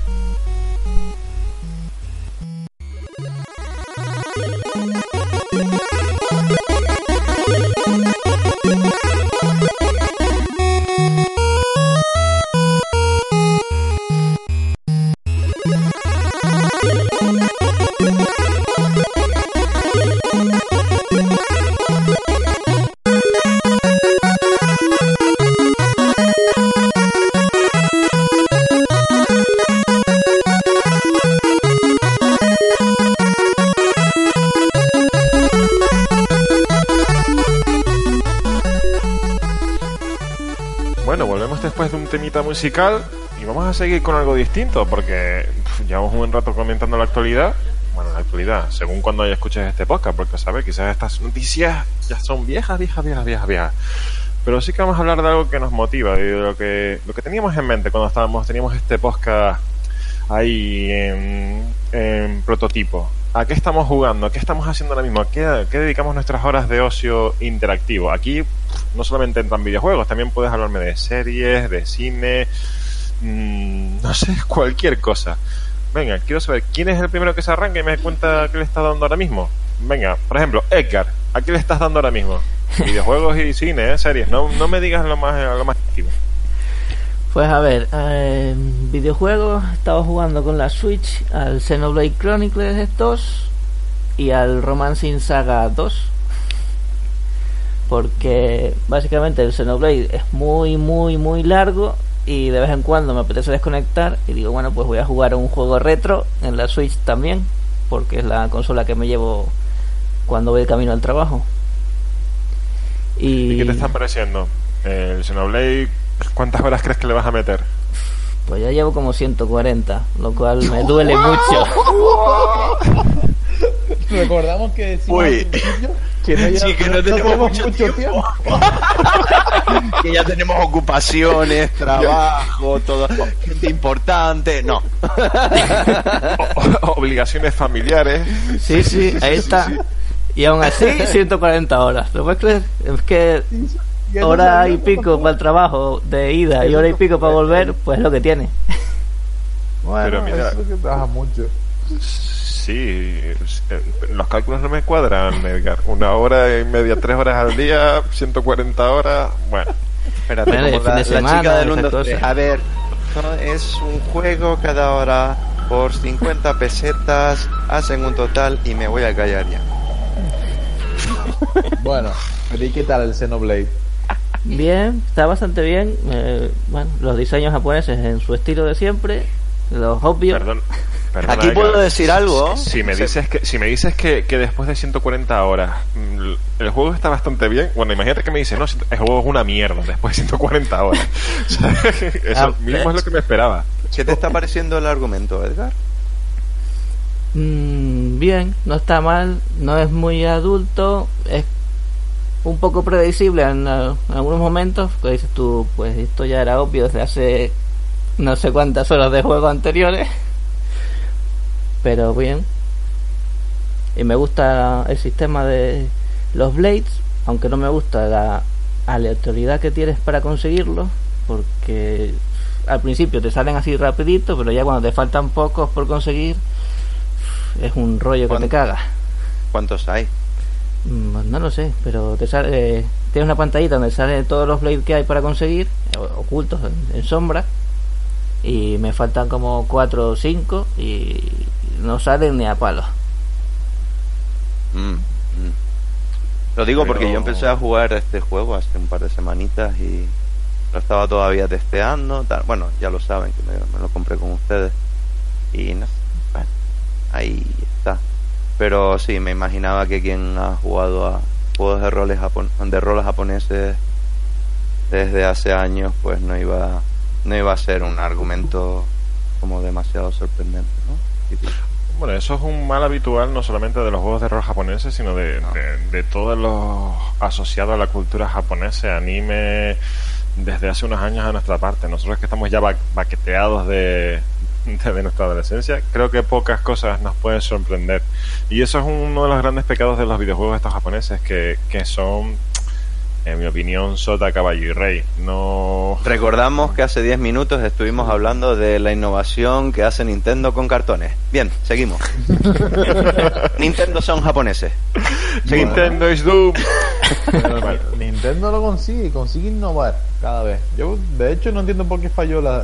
Bueno, volvemos después de un temita musical y vamos a seguir con algo distinto porque llevamos un buen rato comentando la actualidad. bueno, en la actualidad, según cuando escuches este podcast, porque, ¿sabes? Quizás estas noticias ya son viejas. Pero sí que vamos a hablar de algo que nos motiva, de lo que teníamos en mente cuando teníamos este podcast ahí en prototipo. ¿A qué estamos jugando? ¿A qué estamos haciendo ahora mismo? ¿A qué dedicamos nuestras horas de ocio interactivo? Aquí no solamente entran videojuegos, también puedes hablarme de series, de cine, no sé, cualquier cosa. Venga, quiero saber quién es el primero que se arranca y me cuenta qué le estás dando ahora mismo. Venga, por ejemplo, Edgar, ¿a qué le estás dando ahora mismo? Videojuegos y cine, series. No me digas lo más activo. Pues a ver, videojuegos, estaba jugando con la Switch al Xenoblade Chronicles 2 y al Romancing Saga 2, porque básicamente el Xenoblade es muy largo y de vez en cuando me apetece desconectar y digo, bueno, pues voy a jugar un juego retro en la Switch también, porque es la consola que me llevo cuando voy de camino al trabajo. ¿Y qué te está pareciendo? El Xenoblade, ¿cuántas horas crees que le vas a meter? Pues ya llevo como 140, lo cual me duele mucho. Recordamos que decimos al principio que no tenemos mucho tiempo. Que ya tenemos ocupaciones, trabajo, todo, gente importante. No. Obligaciones familiares. Sí, ahí está. Sí. Y aún así, 140 horas. ¿Lo puedes creer? Es que hora y pico para el trabajo de ida y hora y pico para volver, pues es lo que tiene. Bueno, pero mira, eso es que trabaja mucho. Sí, los cálculos no me cuadran, Edgar. 1 hora y media, 3 horas al día, 140 horas. Bueno, espérate, bueno, como la chica del 1, 2, 3. A ver, es un juego cada hora por 50 pesetas, hacen un total y me voy a callar ya. Bueno, ¿y qué tal el Xenoblade? Bien, está bastante bien. Bueno, los diseños japoneses en su estilo de siempre, los obvios. Perdona, aquí puedo decir algo. Si me dices que después de 140 horas el juego está bastante bien, bueno, imagínate que me dices, no, el juego es una mierda después de 140 horas. O sea, eso mismo es lo que me esperaba. ¿Qué te está pareciendo el argumento, Edgar? Bien, no está mal, no es muy adulto, es un poco predecible en algunos momentos, que dices tú, pues esto ya era obvio desde hace no sé cuántas horas de juego anteriores, pero bien. Y me gusta el sistema de los Blades, aunque no me gusta la aleatoriedad que tienes para conseguirlos, porque al principio te salen así rapidito, pero ya cuando te faltan pocos por conseguir es un rollo que te cagas. ¿Cuántos hay? No lo sé, pero te sale, tienes una pantallita donde salen todos los blades que hay para conseguir, ocultos en sombra, y me faltan como 4 o 5 y no salen ni a palo. Lo digo porque yo empecé a jugar este juego hace un par de semanitas y lo estaba todavía testeando, tal. Bueno, ya lo saben que me lo compré con ustedes y no, bueno, ahí está. Pero sí, me imaginaba que quien ha jugado a juegos de roles japoneses desde hace años, pues no iba a ser un argumento como demasiado sorprendente, ¿no? Bueno, eso es un mal habitual no solamente de los juegos de rol japoneses, sino de todos los asociados a la cultura japonesa, anime, desde hace unos años a nuestra parte. Nosotros que estamos ya baqueteados desde nuestra adolescencia, creo que pocas cosas nos pueden sorprender. Y eso es uno de los grandes pecados de los videojuegos estos japoneses, que son, en mi opinión, sota, caballo y rey. No. Recordamos que hace 10 minutos estuvimos hablando de la innovación que hace Nintendo con cartones. Bien, seguimos. Nintendo son japoneses. Seguimos. Nintendo is doom. Nintendo lo consigue innovar cada vez. Yo, de hecho, no entiendo por qué falló la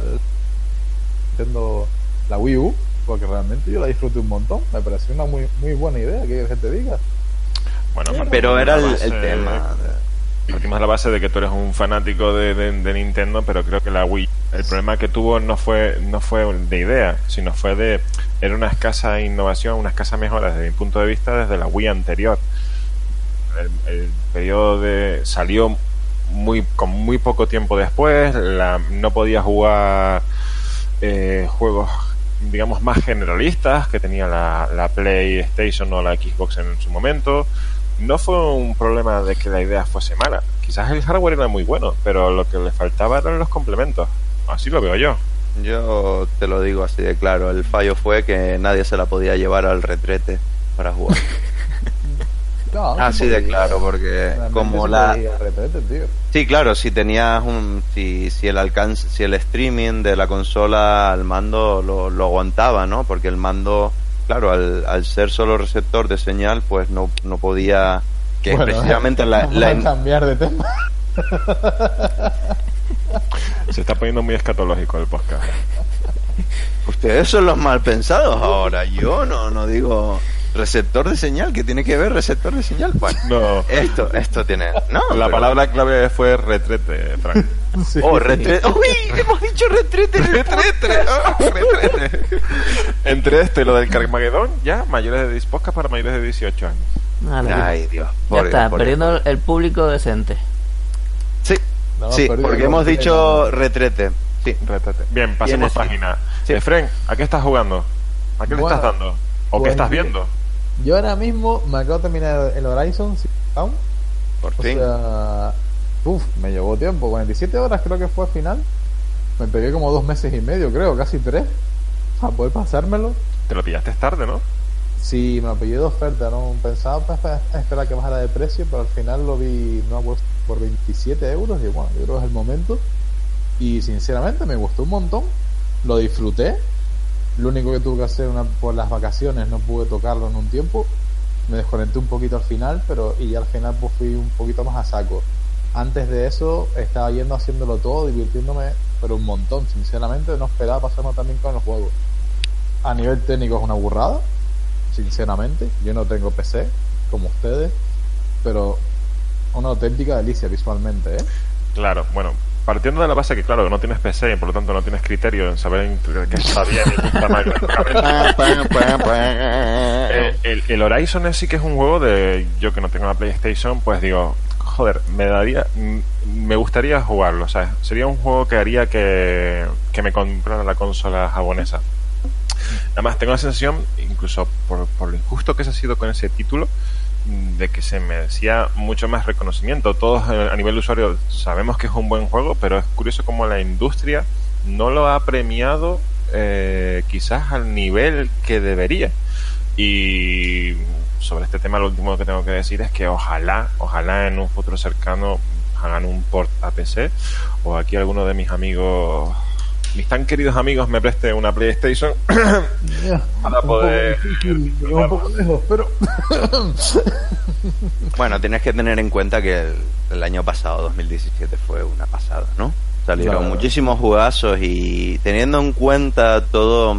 Wii U, porque realmente yo la disfruté un montón. Me pareció una muy buena idea, que te diga. Bueno, pero era el tema. Partimos de la base de que tú eres un fanático de Nintendo, pero creo que la Wii, el problema que tuvo no fue de idea, sino era una escasa innovación, una escasa mejora desde mi punto de vista desde la Wii anterior. El periodo salió con muy poco tiempo después, no podía jugar juegos digamos, más generalistas que tenía la PlayStation o la Xbox en su momento. No fue un problema de que la idea fuese mala. Quizás el hardware era muy bueno, pero lo que le faltaba eran los complementos. Así lo veo yo. Yo te lo digo así de claro. El fallo fue que nadie se la podía llevar al retrete para jugar. No, Así de claro, porque como la... Retrete, tío. Sí, claro, si tenías si el alcance, si el streaming de la consola al mando lo aguantaba, ¿no? Porque el mando, claro, al ser solo receptor de señal, pues no podía, que bueno, precisamente vamos a cambiar de tema. Se está poniendo muy escatológico el podcast. Ustedes son los mal pensados ahora. Yo no digo receptor de señal. ¿Qué tiene que ver receptor de señal? Bueno, no. Esto tiene... No, la palabra clave fue retrete, Frank. Sí. Oh, retrete. ¡Uy! Hemos dicho retrete. Retrete. Entre esto y lo del Carmageddon, ya mayores de podcast para mayores de 18 años. Vale. Ay, Dios. Ya está, perdiendo el público decente. Sí, no, sí, porque hemos dicho retrete. Sí, retrete. Bien, pasemos página. Sí. Efren, ¿a qué estás jugando? ¿A qué le estás dando? ¿O qué estás viendo? Yo ahora mismo me acabo de terminar el Horizon Zero Dawn. Por fin. O sea, me llevó tiempo, 47 horas creo que fue al final. Me pegué como 2 meses y medio, creo, casi 3, para poder pasármelo. Te lo pillaste tarde, ¿no? Sí, me lo pillé de oferta, no pensaba esperar que bajara de precio, pero al final lo vi, no me acuerdo, por 27 euros, y bueno, yo creo que es el momento. Y sinceramente me gustó un montón, lo disfruté. Lo único que tuve que hacer por las vacaciones, no pude tocarlo en un tiempo, me desconecté un poquito al final, y ya al final pues fui un poquito más a saco. Antes de eso estaba yendo haciéndolo todo, divirtiéndome, pero un montón. Sinceramente no esperaba pasarme también con el juego. A nivel técnico es una burrada, sinceramente. Yo no tengo PC como ustedes, pero una auténtica delicia visualmente, ¿eh? Claro, bueno, partiendo de la base que claro, no tienes PC y por lo tanto no tienes criterio en saber qué está bien y qué está mal. El Horizon sí que es un juego de... Yo que no tengo una PlayStation, pues digo, joder, me gustaría jugarlo, ¿sabes? Sería un juego que haría que me comprara la consola japonesa. Además tengo la sensación, incluso por lo injusto que se ha sido con ese título, de que se merecía mucho más reconocimiento. Todos a nivel de usuario sabemos que es un buen juego, pero es curioso como la industria no lo ha premiado quizás al nivel que debería. Y sobre este tema lo último que tengo que decir es que ojalá en un futuro cercano hagan un port a PC, o aquí alguno de mis tan queridos amigos me preste una PlayStation para poder... Un poco lejos, pero... Bueno, tienes que tener en cuenta que el año pasado, 2017, fue una pasada, ¿no? Salieron muchísimos jugazos, y teniendo en cuenta todo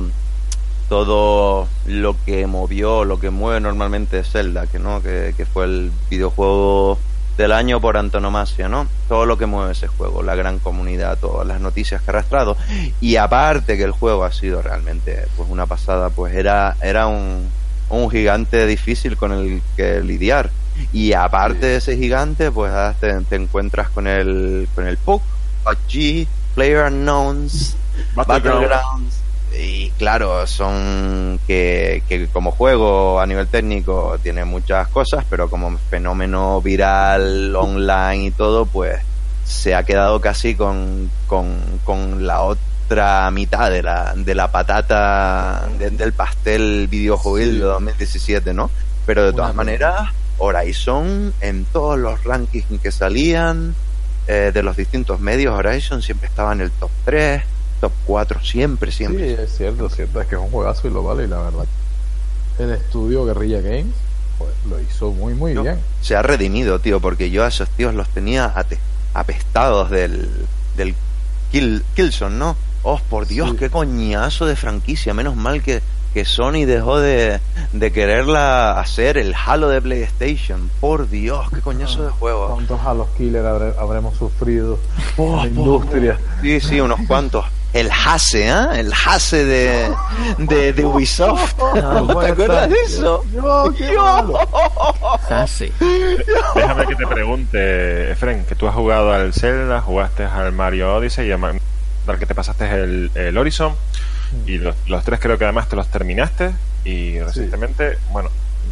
lo que mueve normalmente Zelda, que fue el videojuego del año por antonomasia, ¿no? Todo lo que mueve ese juego, la gran comunidad, todas las noticias que ha arrastrado, y aparte que el juego ha sido realmente pues una pasada, pues era un gigante difícil con el que lidiar, y aparte de ese gigante pues te encuentras con el PUBG, PlayerUnknown's Battlegrounds, y claro, son que como juego a nivel técnico tiene muchas cosas, pero como fenómeno viral online y todo, pues se ha quedado casi con la otra mitad de la patata del pastel videojuegil de 2017, ¿no? Pero de todas maneras, Horizon, en todos los rankings que salían de los distintos medios, Horizon siempre estaba en el top 3, top 4, siempre. Sí, es cierto, es que es un juegazo y lo vale, y la verdad el estudio Guerrilla Games pues lo hizo muy bien. Se ha redimido, tío, porque yo a esos tíos los tenía apestados del Killzone, ¿no? Oh, por Dios, qué coñazo de franquicia. Menos mal que Sony dejó de quererla hacer el Halo de PlayStation. Por Dios, qué coñazo de juego. ¿Cuántos Halo Killer habremos sufrido en la industria? Sí, unos cuantos. El Hase, El Hase de Ubisoft. ¿No te acuerdas de eso? Hase. Déjame que te pregunte, Efren, que tú has jugado al Zelda, jugaste al Mario Odyssey, y al que te pasaste el Horizon. Y los 3 creo que además te los terminaste. Y recientemente, bueno,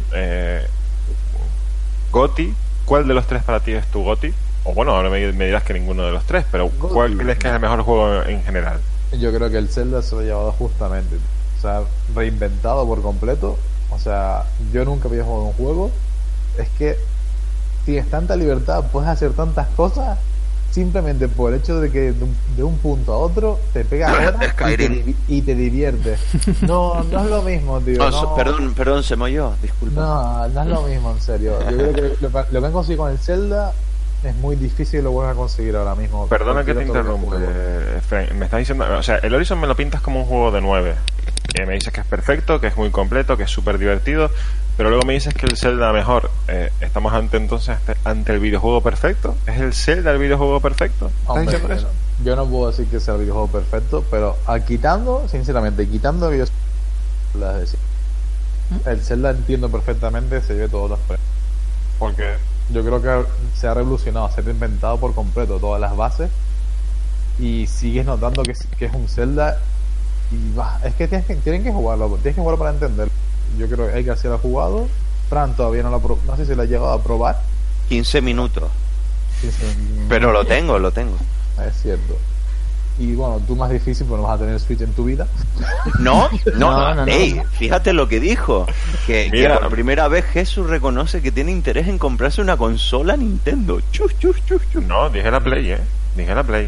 GOTY, ¿cuál de los 3 para ti es tu GOTY? O bueno, ahora me dirás que ninguno de los 3, pero ¿cuál crees que es el mejor juego en general? Yo creo que el Zelda se lo ha llevado justamente. O sea, reinventado por completo. O sea, yo nunca había jugado un juego. Es que tienes tanta libertad, puedes hacer tantas cosas simplemente por el hecho de que de un punto a otro te pegas horas y te diviertes. No es lo mismo, tío. Perdón, se me oyó, disculpa. No es lo mismo, en serio. Yo creo que lo que han conseguido con el Zelda es muy difícil y lo vuelven a conseguir ahora mismo. Perdona que te interrumpa, Frank. Me estás diciendo, o sea, el Horizon me lo pintas como un juego de 9. Me dices que es perfecto, que es muy completo, que es súper divertido, pero luego me dices que el Zelda mejor. ¿Estamos ante el videojuego perfecto? ¿Es el Zelda el videojuego perfecto? ¿Estás diciendo eso? Yo no puedo decir que sea el videojuego perfecto, pero sinceramente, quitando que yo las decir, el Zelda entiendo perfectamente, se lleve todos los premios. Porque yo creo que se ha revolucionado, se ha reinventado por completo todas las bases y sigues notando que es un Zelda. Y es que tienen que jugarlo para entenderlo. Yo creo que Edgar se lo ha jugado. Fran todavía no sé si lo ha llegado a probar. 15 minutos. Pero lo tengo. Es cierto. Y bueno, tú más difícil, pues no vas a tener Switch en tu vida. No. Ey, fíjate lo que dijo. Que por primera vez Jesús reconoce que tiene interés en comprarse una consola Nintendo. No, dije la Play, Dije la Play.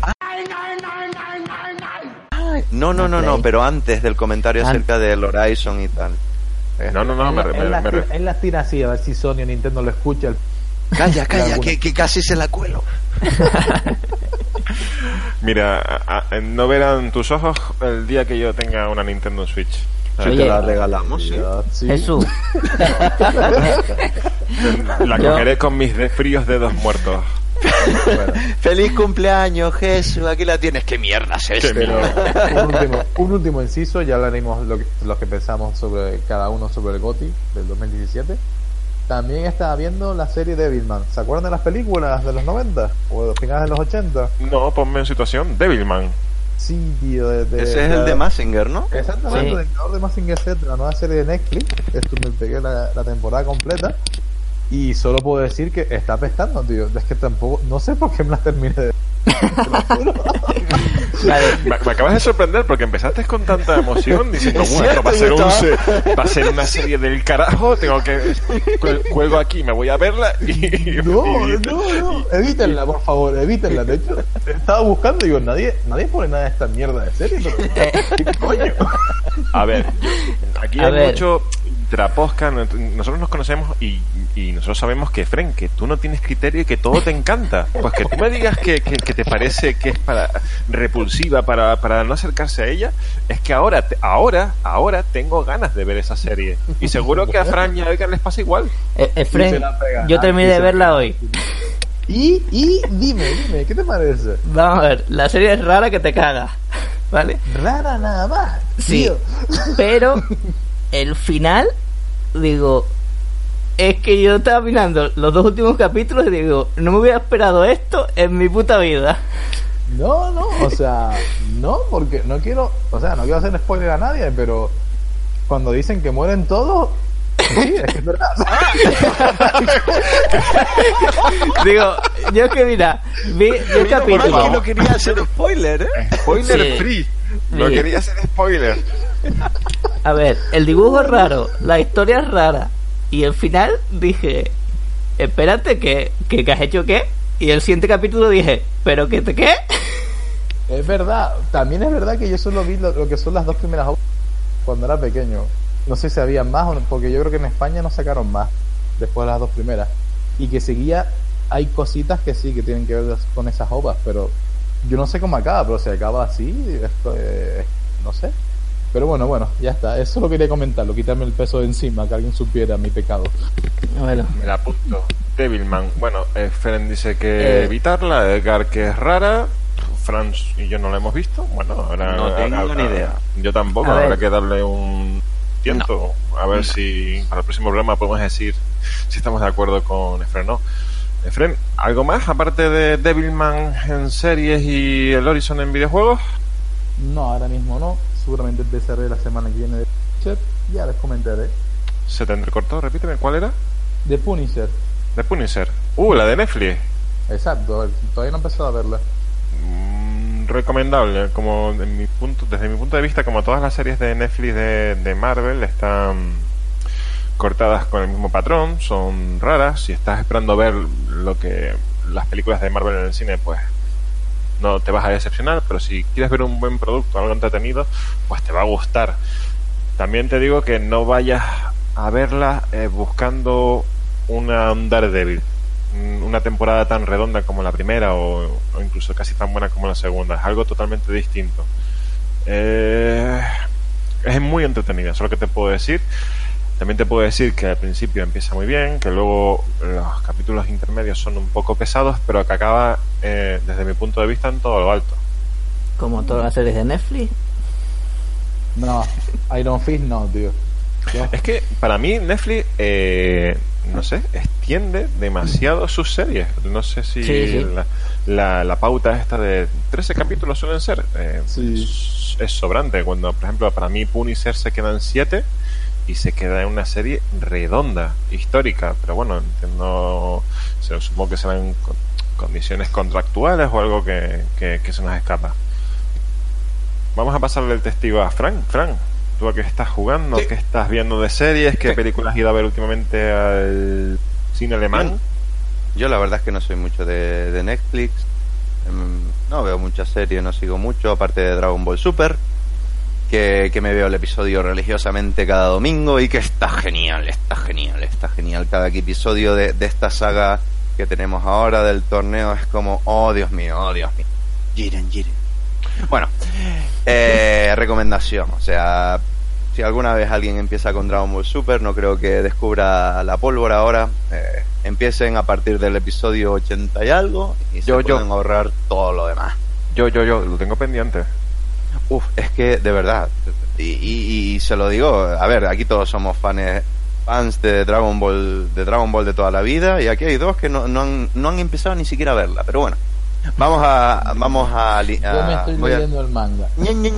No, pero antes del comentario acerca del Horizon y tal. Él las tira así, a ver si Sony o Nintendo lo escucha. Calla, que casi se la cuelo. Mira, no verán tus ojos el día que yo tenga una Nintendo Switch. Te la regalamos, ¿sí? Jesús. La cogeré con mis fríos dedos muertos. Bueno. Feliz cumpleaños, Jesús. Aquí la tienes. ¿Qué mierda es esto? Un último inciso. Ya hablaremos lo que pensamos sobre cada uno sobre el GOTY del 2017. También estaba viendo la serie Devilman. ¿Se acuerdan de las películas de los 90 o de los finales de los 80? No, ponme en situación. Devilman. Sí, tío. Ese es el de Mazinger, ¿no? Exactamente, el creador de Mazinger Z, la nueva serie de Netflix. Esto me pegué la temporada completa. Y solo puedo decir que está apestando, tío. Es que tampoco, no sé por qué me la terminé de... Me acabas de sorprender porque empezaste con tanta emoción diciendo, bueno, va a ser una serie del carajo, tengo que cuelgo aquí, me voy a verla y... No, evítenla, por favor, evítenla. De hecho, estaba buscando y digo, nadie pone nada de esta mierda de serie, pero... ¿Qué coño? A ver, aquí hay mucho traposca. Nosotros nos conocemos y nosotros sabemos que, Fren, que tú no tienes criterio y que todo te encanta. Pues que tú me digas que te parece que es repulsiva para no acercarse a ella, es que ahora tengo ganas de ver esa serie. Y seguro que a Fran y a Edgar les pasa igual. Fren, yo terminé de verla hoy. Y dime, ¿qué te parece? Vamos a ver, la serie es rara que te caga, ¿vale? Rara nada más, sí, tío. Pero el final, digo, es que yo estaba mirando los 2 últimos capítulos y digo, no me hubiera esperado esto en mi puta vida. No, o sea, no, porque no quiero hacer spoiler a nadie, pero cuando dicen que mueren todos, sí, es que es verdad. Digo, yo que mira, vi el capítulo. Que no quería hacer spoiler, Spoiler sí. free. No quería hacer spoiler. A ver, el dibujo es raro, la historia es rara. Y el final dije, espérate, ¿qué has hecho qué? Y el siguiente capítulo dije, ¿pero qué? Es verdad, también es verdad que yo solo vi lo que son las 2 primeras obras cuando era pequeño. No sé si había más, porque yo creo que en España no sacaron más después de las 2 primeras. Y que seguía, hay cositas que sí, que tienen que ver con esas obras, pero yo no sé cómo acaba, pero si acaba así, no sé. Pero bueno, ya está. Eso lo quería comentarlo, quitarme el peso de encima, que alguien supiera mi pecado. Bueno, me la apunto. Devilman. Bueno, Feren dice que evitarla, Edgar que es rara, Franz y yo no la hemos visto. Bueno, ahora no tengo ni idea. Yo tampoco, habrá que darle un tiento. No. A ver si para el próximo programa podemos decir si estamos de acuerdo con Efren o no. Efren, ¿algo más aparte de Devilman en series y el Horizon en videojuegos? No, ahora mismo no. seguramente empezaré la semana que viene de Punisher, ya les comentaré. Se te entrecortó, repíteme, ¿cuál era? De Punisher. De Punisher. La de Netflix. Exacto, a ver, todavía no he empezado a verla. Recomendable, como desde mi punto de vista, como todas las series de Netflix de Marvel están cortadas con el mismo patrón, son raras. Si estás esperando ver las películas de Marvel en el cine, pues no te vas a decepcionar, pero si quieres ver un buen producto, algo entretenido, pues te va a gustar. También te digo que no vayas a verla buscando un Daredevil, una temporada tan redonda como la primera o incluso casi tan buena como la segunda. Es algo totalmente distinto. Es muy entretenida, eso es lo que te puedo decir. También te puedo decir que al principio empieza muy bien, que luego los capítulos intermedios son un poco pesados, pero que acaba, desde mi punto de vista, en todo lo alto. Como todas las series de Netflix. No, Iron Fist no, tío. Es que para mí Netflix, no sé, extiende demasiado sus series. No sé si sí. La pauta esta de 13 capítulos suelen ser. Es sobrante. Cuando, por ejemplo, para mí Punisher se queda en 7 y se queda en una serie redonda, histórica. Pero bueno, entiendo, supongo que serán condiciones contractuales o algo que se nos escapa. Vamos a pasarle el testigo a Frank. Frank, ¿tú a qué estás jugando? ¿Qué estás viendo de series? ¿Qué películas has ido a ver últimamente al cine alemán? Yo la verdad es que no soy mucho de Netflix. No veo muchas series, no sigo mucho, aparte de Dragon Ball Super, que me veo el episodio religiosamente cada domingo y que está genial. Cada episodio de esta saga que tenemos ahora del torneo es como, oh Dios mío. Jiren. Bueno, recomendación, o sea, si alguna vez alguien empieza con Dragon Ball Super, no creo que descubra la pólvora ahora. Empiecen a partir del episodio 80 y algo y se pueden ahorrar todo lo demás. Yo lo tengo pendiente. Es que de verdad, y se lo digo, a ver, aquí todos somos fans de Dragon Ball de toda la vida, y aquí hay dos que no han empezado ni siquiera a verla, pero bueno. Vamos a yo me estoy leyendo el manga.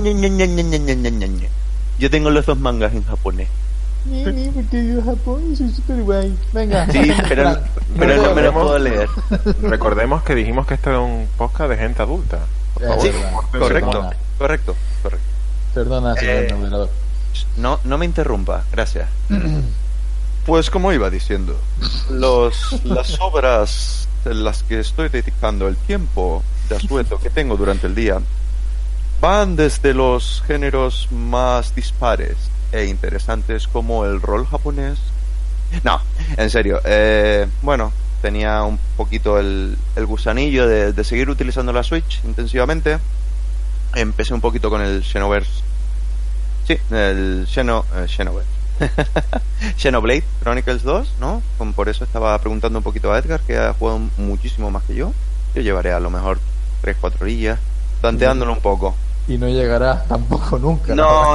Yo tengo los dos mangas en japonés. Porque yo Japón y soy super guay. Venga. Sí, pero no me lo puedo leer. Recordemos que dijimos que esto era un podcast de gente adulta. Sí, correcto. Perdona, señor moderador. No me interrumpa, gracias. Pues como iba diciendo, las obras en las que estoy dedicando el tiempo de asueto que tengo durante el día van desde los géneros más dispares e interesantes como el rol japonés. No, en serio, bueno, tenía un poquito el gusanillo de seguir utilizando la Switch intensivamente. Empecé un poquito con el Xenoverse. Sí, el Xenoverse. Xenoblade Chronicles 2, ¿no? Por eso estaba preguntando un poquito a Edgar, que ha jugado muchísimo más que yo. Yo llevaré a lo mejor 3-4 orillas, tanteándolo un poco. Y no llegarás tampoco nunca. No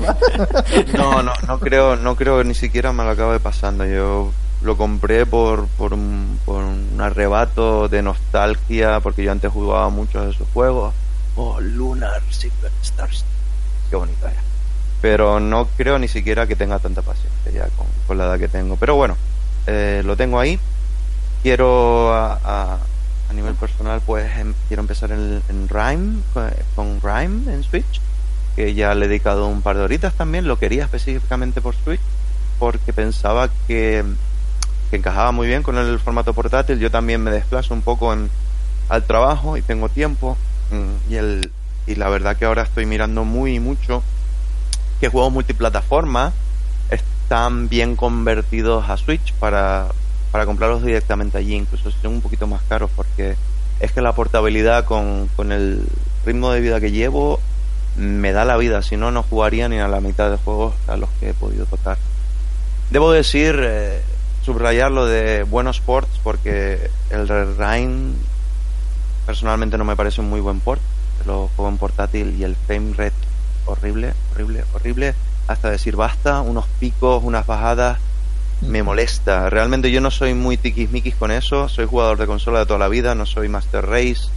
creo ni siquiera me lo acabo de pasando. Yo lo compré por un arrebato de nostalgia, porque yo antes jugaba muchos de esos juegos. Lunar Silver Stars, qué bonito era. Pero no creo ni siquiera que tenga tanta paciencia ya con la edad que tengo. Pero bueno, lo tengo ahí. Quiero a nivel personal, pues quiero empezar en Rime, con Rime en Switch, que ya le he dedicado un par de horitas también. Lo quería específicamente por Switch porque pensaba que encajaba muy bien con el formato portátil. Yo también me desplazo un poco al trabajo y tengo tiempo, y la verdad que ahora estoy mirando mucho que juegos multiplataforma están bien convertidos a Switch para comprarlos directamente allí, incluso si son un poquito más caros, porque es que la portabilidad con el ritmo de vida que llevo me da la vida. Si no, no jugaría ni a la mitad de juegos a los que he podido tocar. Debo decir, subrayar lo de buenos ports, porque el Rime personalmente no me parece un muy buen port. Lo juego en portátil y el frame rate horrible, hasta decir basta, unos picos, unas bajadas, me molesta. Realmente yo no soy muy tiquismiquis con eso, soy jugador de consola de toda la vida, no soy Master Race,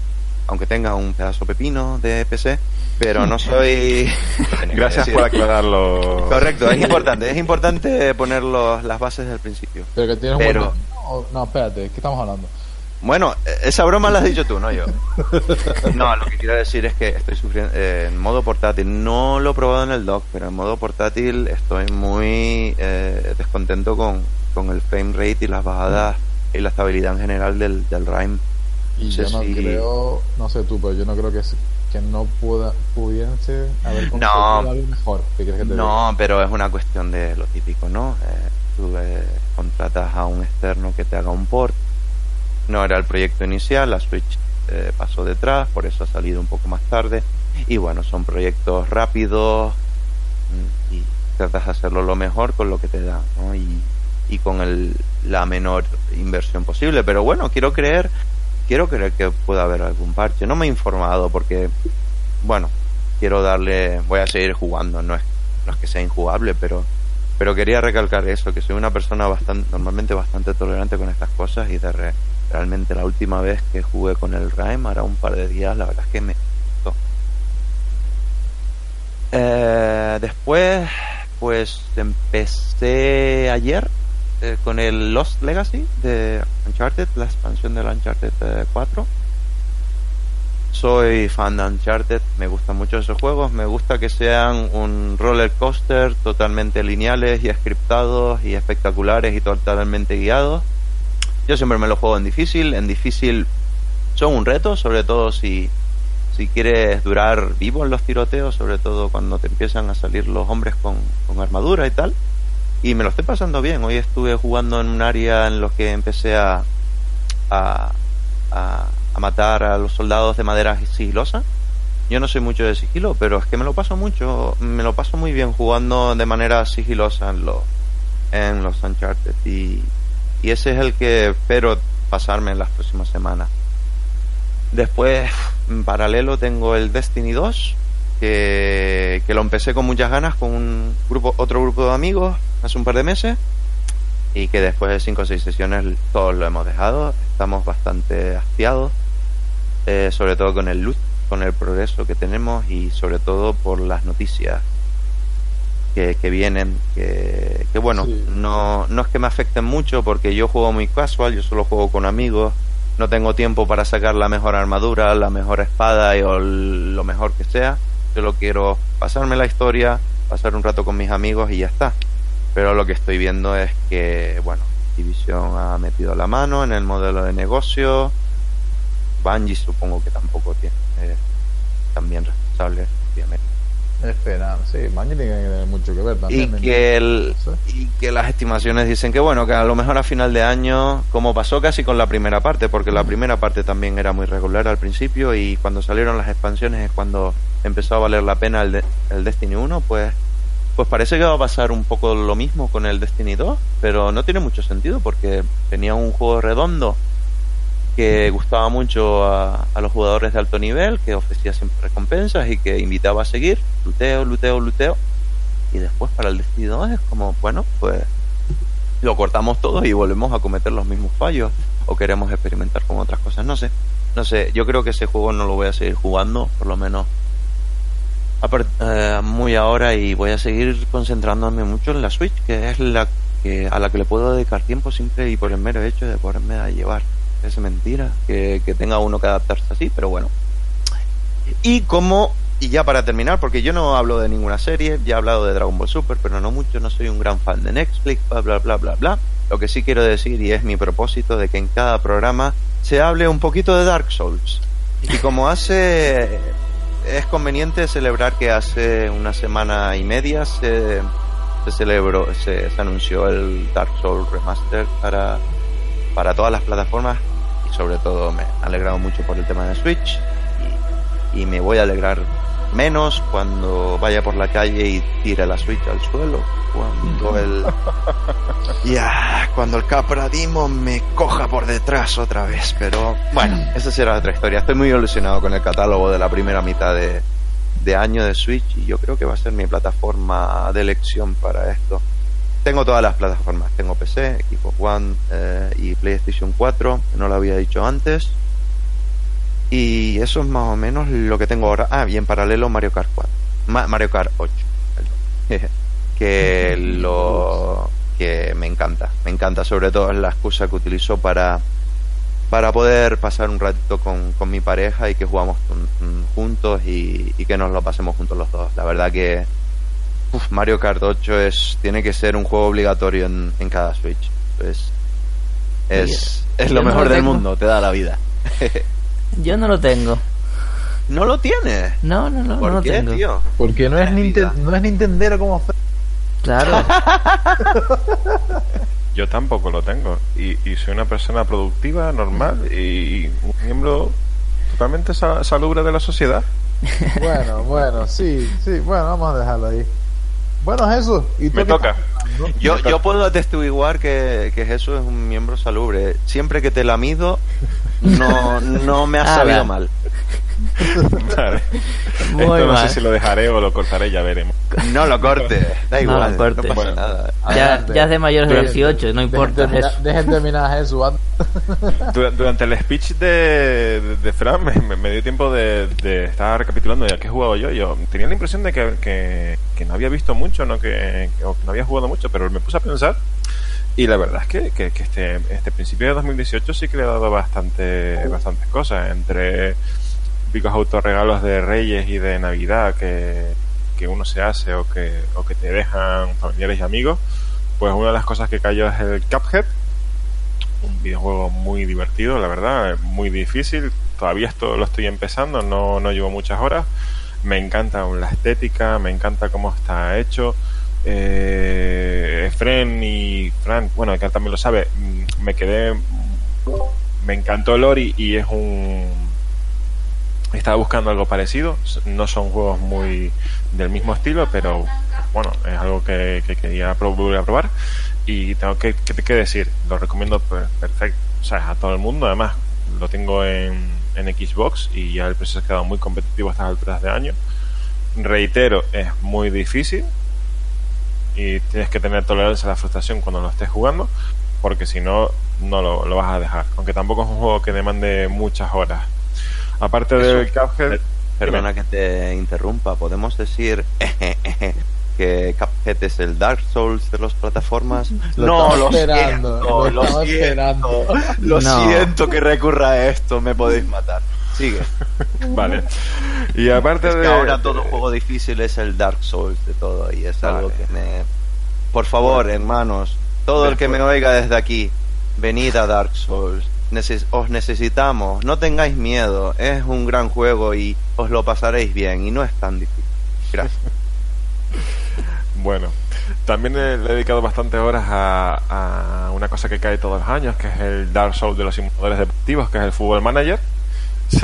aunque tenga un pedazo pepino de PC, pero no soy... Gracias por aclararlo. Correcto, es importante poner las bases del principio. Pero que tienes un buen... No, espérate, ¿qué estamos hablando? Bueno, esa broma la has dicho tú, no yo. No, lo que quiero decir es que estoy sufriendo en modo portátil. No lo he probado en el dock, pero en modo portátil estoy muy descontento con el frame rate y las bajadas y la estabilidad en general del RIME. Y yo no creo, no sé tú, pero yo no creo que no pudiese haber conseguido algo mejor. ¿Qué quieres que te diga? Pero es una cuestión de lo típico, ¿no? Tú contratas a un externo que te haga un port. No era el proyecto inicial, la Switch pasó detrás, por eso ha salido un poco más tarde. Y bueno, son proyectos rápidos y tratas de hacerlo lo mejor con lo que te dan, ¿no? Y con la menor inversión posible. Pero bueno, quiero creer que pueda haber algún parche. No me he informado porque, bueno, voy a seguir jugando. No es que sea injugable, pero quería recalcar eso, que soy una persona normalmente bastante tolerante con estas cosas y realmente la última vez que jugué con el RIME, hará un par de días, la verdad es que me gustó. Después, pues empecé ayer con el Lost Legacy de Uncharted, la expansión del Uncharted 4. Soy fan de Uncharted, me gustan mucho esos juegos, me gusta que sean un roller coaster totalmente lineales y scriptados y espectaculares y totalmente guiados. Yo siempre me lo juego en difícil son un reto, sobre todo si quieres durar vivo en los tiroteos, sobre todo cuando te empiezan a salir los hombres con armadura y tal. Y me lo estoy pasando bien. Hoy estuve jugando en un área en lo que empecé a matar a los soldados de manera sigilosa. Yo no soy mucho de sigilo, pero es que me lo paso muy bien jugando de manera sigilosa en los Uncharted y ese es el que espero pasarme en las próximas semanas. Después, en paralelo, tengo el Destiny 2 que lo empecé con muchas ganas con otro grupo de amigos hace un par de meses y que después de 5 o 6 sesiones todos lo hemos dejado. Estamos bastante hastiados, sobre todo con el loot, con el progreso que tenemos y sobre todo por las noticias que vienen, que bueno, sí. No es que me afecten mucho porque yo juego muy casual, yo solo juego con amigos, no tengo tiempo para sacar la mejor armadura, la mejor espada o lo mejor que sea. Solo quiero pasarme la historia, pasar un rato con mis amigos y ya está. Pero lo que estoy viendo es que, bueno, Activision ha metido la mano en el modelo de negocio. Bungie supongo que tampoco tiene también responsable, obviamente. Espera, sí, Bungie tiene que tener mucho que ver también. Y que las estimaciones dicen que bueno, que a lo mejor a final de año, como pasó casi con la primera parte, porque la primera parte también era muy regular al principio y cuando salieron las expansiones es cuando empezó a valer la pena el Destiny 1, pues parece que va a pasar un poco lo mismo con el Destiny 2, pero no tiene mucho sentido porque tenía un juego redondo que gustaba mucho a los jugadores de alto nivel, que ofrecía siempre recompensas y que invitaba a seguir, luteo, y después para el Destiny 2 es como, bueno, pues lo cortamos todo y volvemos a cometer los mismos fallos, o queremos experimentar con otras cosas, no sé, yo creo que ese juego no lo voy a seguir jugando, por lo menos muy ahora, y voy a seguir concentrándome mucho en la Switch, que es a la que le puedo dedicar tiempo siempre y por el mero hecho de poderme a llevar. Es mentira que tenga uno que adaptarse así, pero bueno. Y ya para terminar, porque yo no hablo de ninguna serie, ya he hablado de Dragon Ball Super, pero no mucho, no soy un gran fan de Netflix, bla. Lo que sí quiero decir, y es mi propósito, de que en cada programa se hable un poquito de Dark Souls. Y como es conveniente celebrar que hace una semana y media se anunció el Dark Souls Remaster para todas las plataformas, y sobre todo me ha alegrado mucho por el tema de Switch, y me voy a alegrar menos cuando vaya por la calle y tire la Switch al suelo, cuando el Capra Demon me coja por detrás otra vez. Pero bueno, esa será otra historia. Estoy muy ilusionado con el catálogo de la primera mitad de año de Switch, y yo creo que va a ser mi plataforma de elección para esto. Tengo todas las plataformas, tengo PC, Xbox One y PlayStation 4, que no lo había dicho antes. Y eso es más o menos lo que tengo ahora. Y en paralelo Mario Kart 4. Mario Kart 8. Que me encanta, sobre todo es la excusa que utilizo para poder pasar un ratito con mi pareja y que jugamos juntos y que nos lo pasemos juntos los dos. La verdad que Mario Kart 8 tiene que ser un juego obligatorio en cada Switch. Es lo mejor del mundo, te da la vida. Yo no lo tengo. ¿No lo tienes? No lo qué, tengo. Tío? Porque no es Nintendero como Claro. Yo tampoco lo tengo. Y soy una persona productiva, normal y un miembro totalmente salubre de la sociedad. Bueno, sí, bueno, vamos a dejarlo ahí. Bueno, Jesús, ¿y tú Me qué toca. estás jugando? Yo puedo atestiguar que Jesús es un miembro salubre. Siempre que te la mido, no me ha sabido mal. Vale. Muy Esto no mal. sé si lo dejaré o lo cortaré, ya veremos. No lo cortes, da igual, No lo cortes. no pasa Bueno. nada. Ya es de mayores de 18, no importa eso. Dejen terminar, Jesús. Durante el speech de Fran me dio tiempo de estar recapitulando ya que he jugado yo. Yo tenía la impresión de que no había visto mucho, o que no había jugado mucho, pero me puse a pensar y la verdad es que este principio de 2018 sí que le ha dado bastantes cosas, entre típicos autorregalos de Reyes y de Navidad que uno se hace o que te dejan familiares y amigos. Pues una de las cosas que cayó es el Cuphead, un videojuego muy divertido, la verdad, muy difícil. Todavía lo estoy empezando, no llevo muchas horas. Me encanta la estética, me encanta cómo está hecho. Fran, bueno, que también lo sabe, me encantó el Ori y estaba buscando algo parecido. No son juegos muy del mismo estilo, pero bueno, es algo que quería volver a probar. Y tengo que decir, lo recomiendo perfecto, o sea, a todo el mundo. Además, lo tengo en Xbox y ya el precio se ha quedado muy competitivo a estas alturas de año. Reitero, es muy difícil y tienes que tener tolerancia a la frustración cuando lo estés jugando, porque si no lo vas a dejar, aunque tampoco es un juego que demande muchas horas. Aparte del Cuphead, Perdona que te interrumpa, podemos decir que Cuphead es el Dark Souls de las plataformas. Lo siento que recurra a esto, me podéis matar. Sigue. Vale. Y aparte es que ahora todo juego difícil es el Dark Souls de todo y es algo que por favor, hermanos, todo el que me oiga desde aquí, venid a Dark Souls. Os necesitamos, no tengáis miedo, es un gran juego y os lo pasaréis bien y no es tan difícil. Gracias. Bueno, también le he dedicado bastantes horas a una cosa que cae todos los años, que es el Dark Souls de los simuladores deportivos, que es el Football Manager. Sí.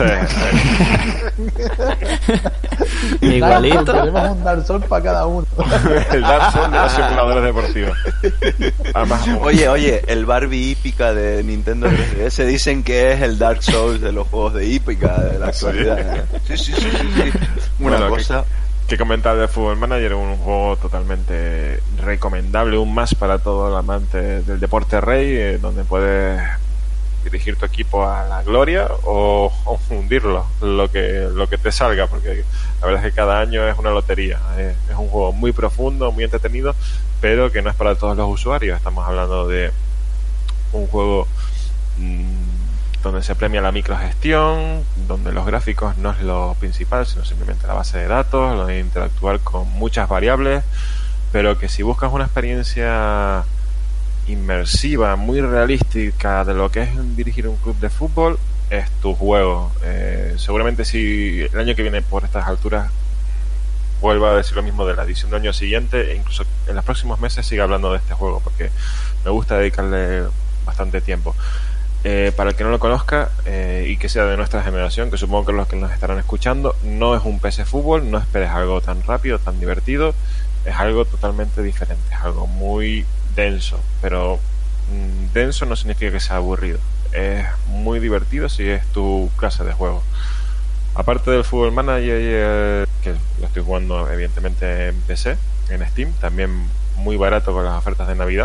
Igualito. Tenemos un Dark Souls para cada uno. El Dark Souls de los simuladores deportivos. Además, Oye, el Barbie hípica de Nintendo 3DS dicen que es el Dark Souls de los juegos de hípica de la actualidad. Sí. Una cosa que comentar de Football Manager, un juego totalmente recomendable, un más para todo el amante del deporte rey, donde puedes dirigir tu equipo a la gloria o hundirlo, lo que te salga, porque la verdad es que cada año es una lotería. Es un juego muy profundo, muy entretenido, pero que no es para todos los usuarios. Estamos hablando de un juego donde se premia la microgestión, donde los gráficos no es lo principal, sino simplemente la base de datos, lo de interactuar con muchas variables, pero que si buscas una experiencia inmersiva, muy realística de lo que es dirigir un club de fútbol, es tu juego. Seguramente si el año que viene por estas alturas vuelva a decir lo mismo de la edición del año siguiente, e incluso en los próximos meses siga hablando de este juego, porque me gusta dedicarle bastante tiempo. Para el que no lo conozca y que sea de nuestra generación, que supongo que los que nos estarán escuchando, no es un PC fútbol, no esperes algo tan rápido, tan divertido, es algo totalmente diferente, es algo muy denso, pero denso no significa que sea aburrido, es muy divertido si es tu clase de juego. Aparte del Football Manager, que lo estoy jugando evidentemente en PC, en Steam, también muy barato con las ofertas de Navidad.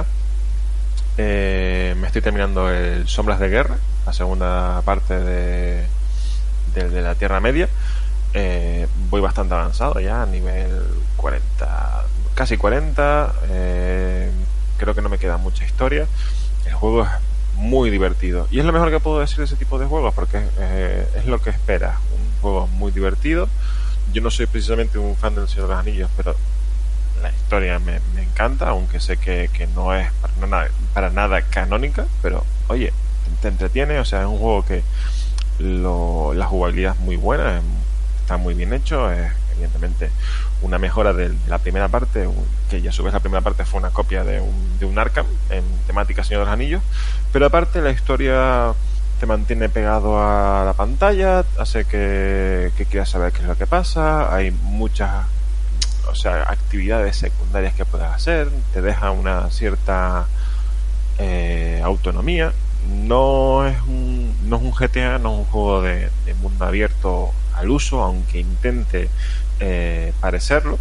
Me estoy terminando el Sombras de Guerra, la segunda parte de del de la Tierra Media. Voy bastante avanzado ya, a nivel 40, casi 40. Creo que no me queda mucha historia. El juego es muy divertido y es lo mejor que puedo decir de ese tipo de juegos, porque es lo que esperas, un juego muy divertido. Yo no soy precisamente un fan del Señor de los Anillos, pero la historia me encanta, aunque sé que no es para nada canónica, pero oye, te entretiene. O sea, es un juego que la jugabilidad es muy buena, está muy bien hecho, es evidentemente una mejora de la primera parte, que a su vez la primera parte fue una copia de un Arkham en temática Señor de los Anillos, pero aparte la historia te mantiene pegado a la pantalla, hace que quieras saber qué es lo que pasa. Hay muchas, o sea, actividades secundarias que puedes hacer, te deja una cierta autonomía. No es un GTA, no es un juego de mundo abierto al uso, aunque intente parecerlo,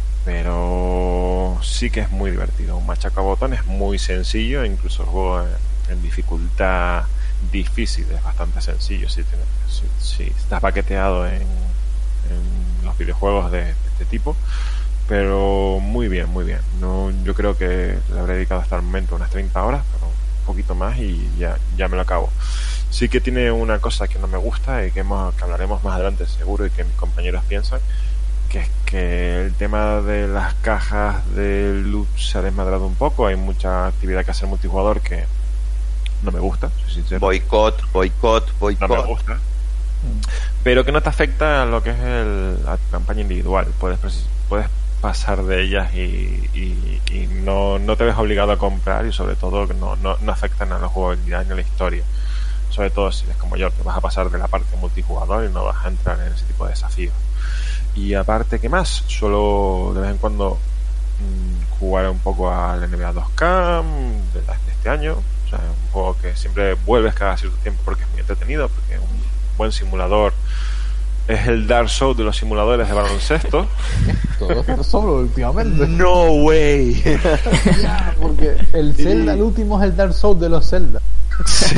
pero sí que es muy divertido. Un machacabotones muy sencillo, incluso el juego en dificultad difícil es bastante sencillo si estás paqueteado en los videojuegos de este tipo, pero muy bien, muy bien. Yo creo que le habré dedicado hasta el momento unas 30 horas, pero un poquito más y ya me lo acabo. Sí que tiene una cosa que no me gusta y que hablaremos más adelante seguro, y que mis compañeros piensan, que es que el tema de las cajas de loot se ha desmadrado un poco. Hay mucha actividad que hacer multijugador que no me gusta, soy sincero. Boicot. No me gusta. Pero que no te afecta a lo que es la campaña individual. Puedes pasar de ellas y no te ves obligado a comprar, y sobre todo que no afectan a la jugabilidad ni a la historia. Sobre todo si eres como yo, te vas a pasar de la parte multijugador y no vas a entrar en ese tipo de desafíos. Y aparte, ¿qué más? Suelo de vez en cuando jugar un poco al NBA 2K de este año. O sea, es un juego que siempre vuelves cada cierto tiempo porque es muy entretenido, porque es un buen simulador. Es el Dark Souls de los simuladores de baloncesto. Todo Dark Souls últimamente. No way. Ya, porque el Zelda, el último, es el Dark Souls de los Zelda. Sí.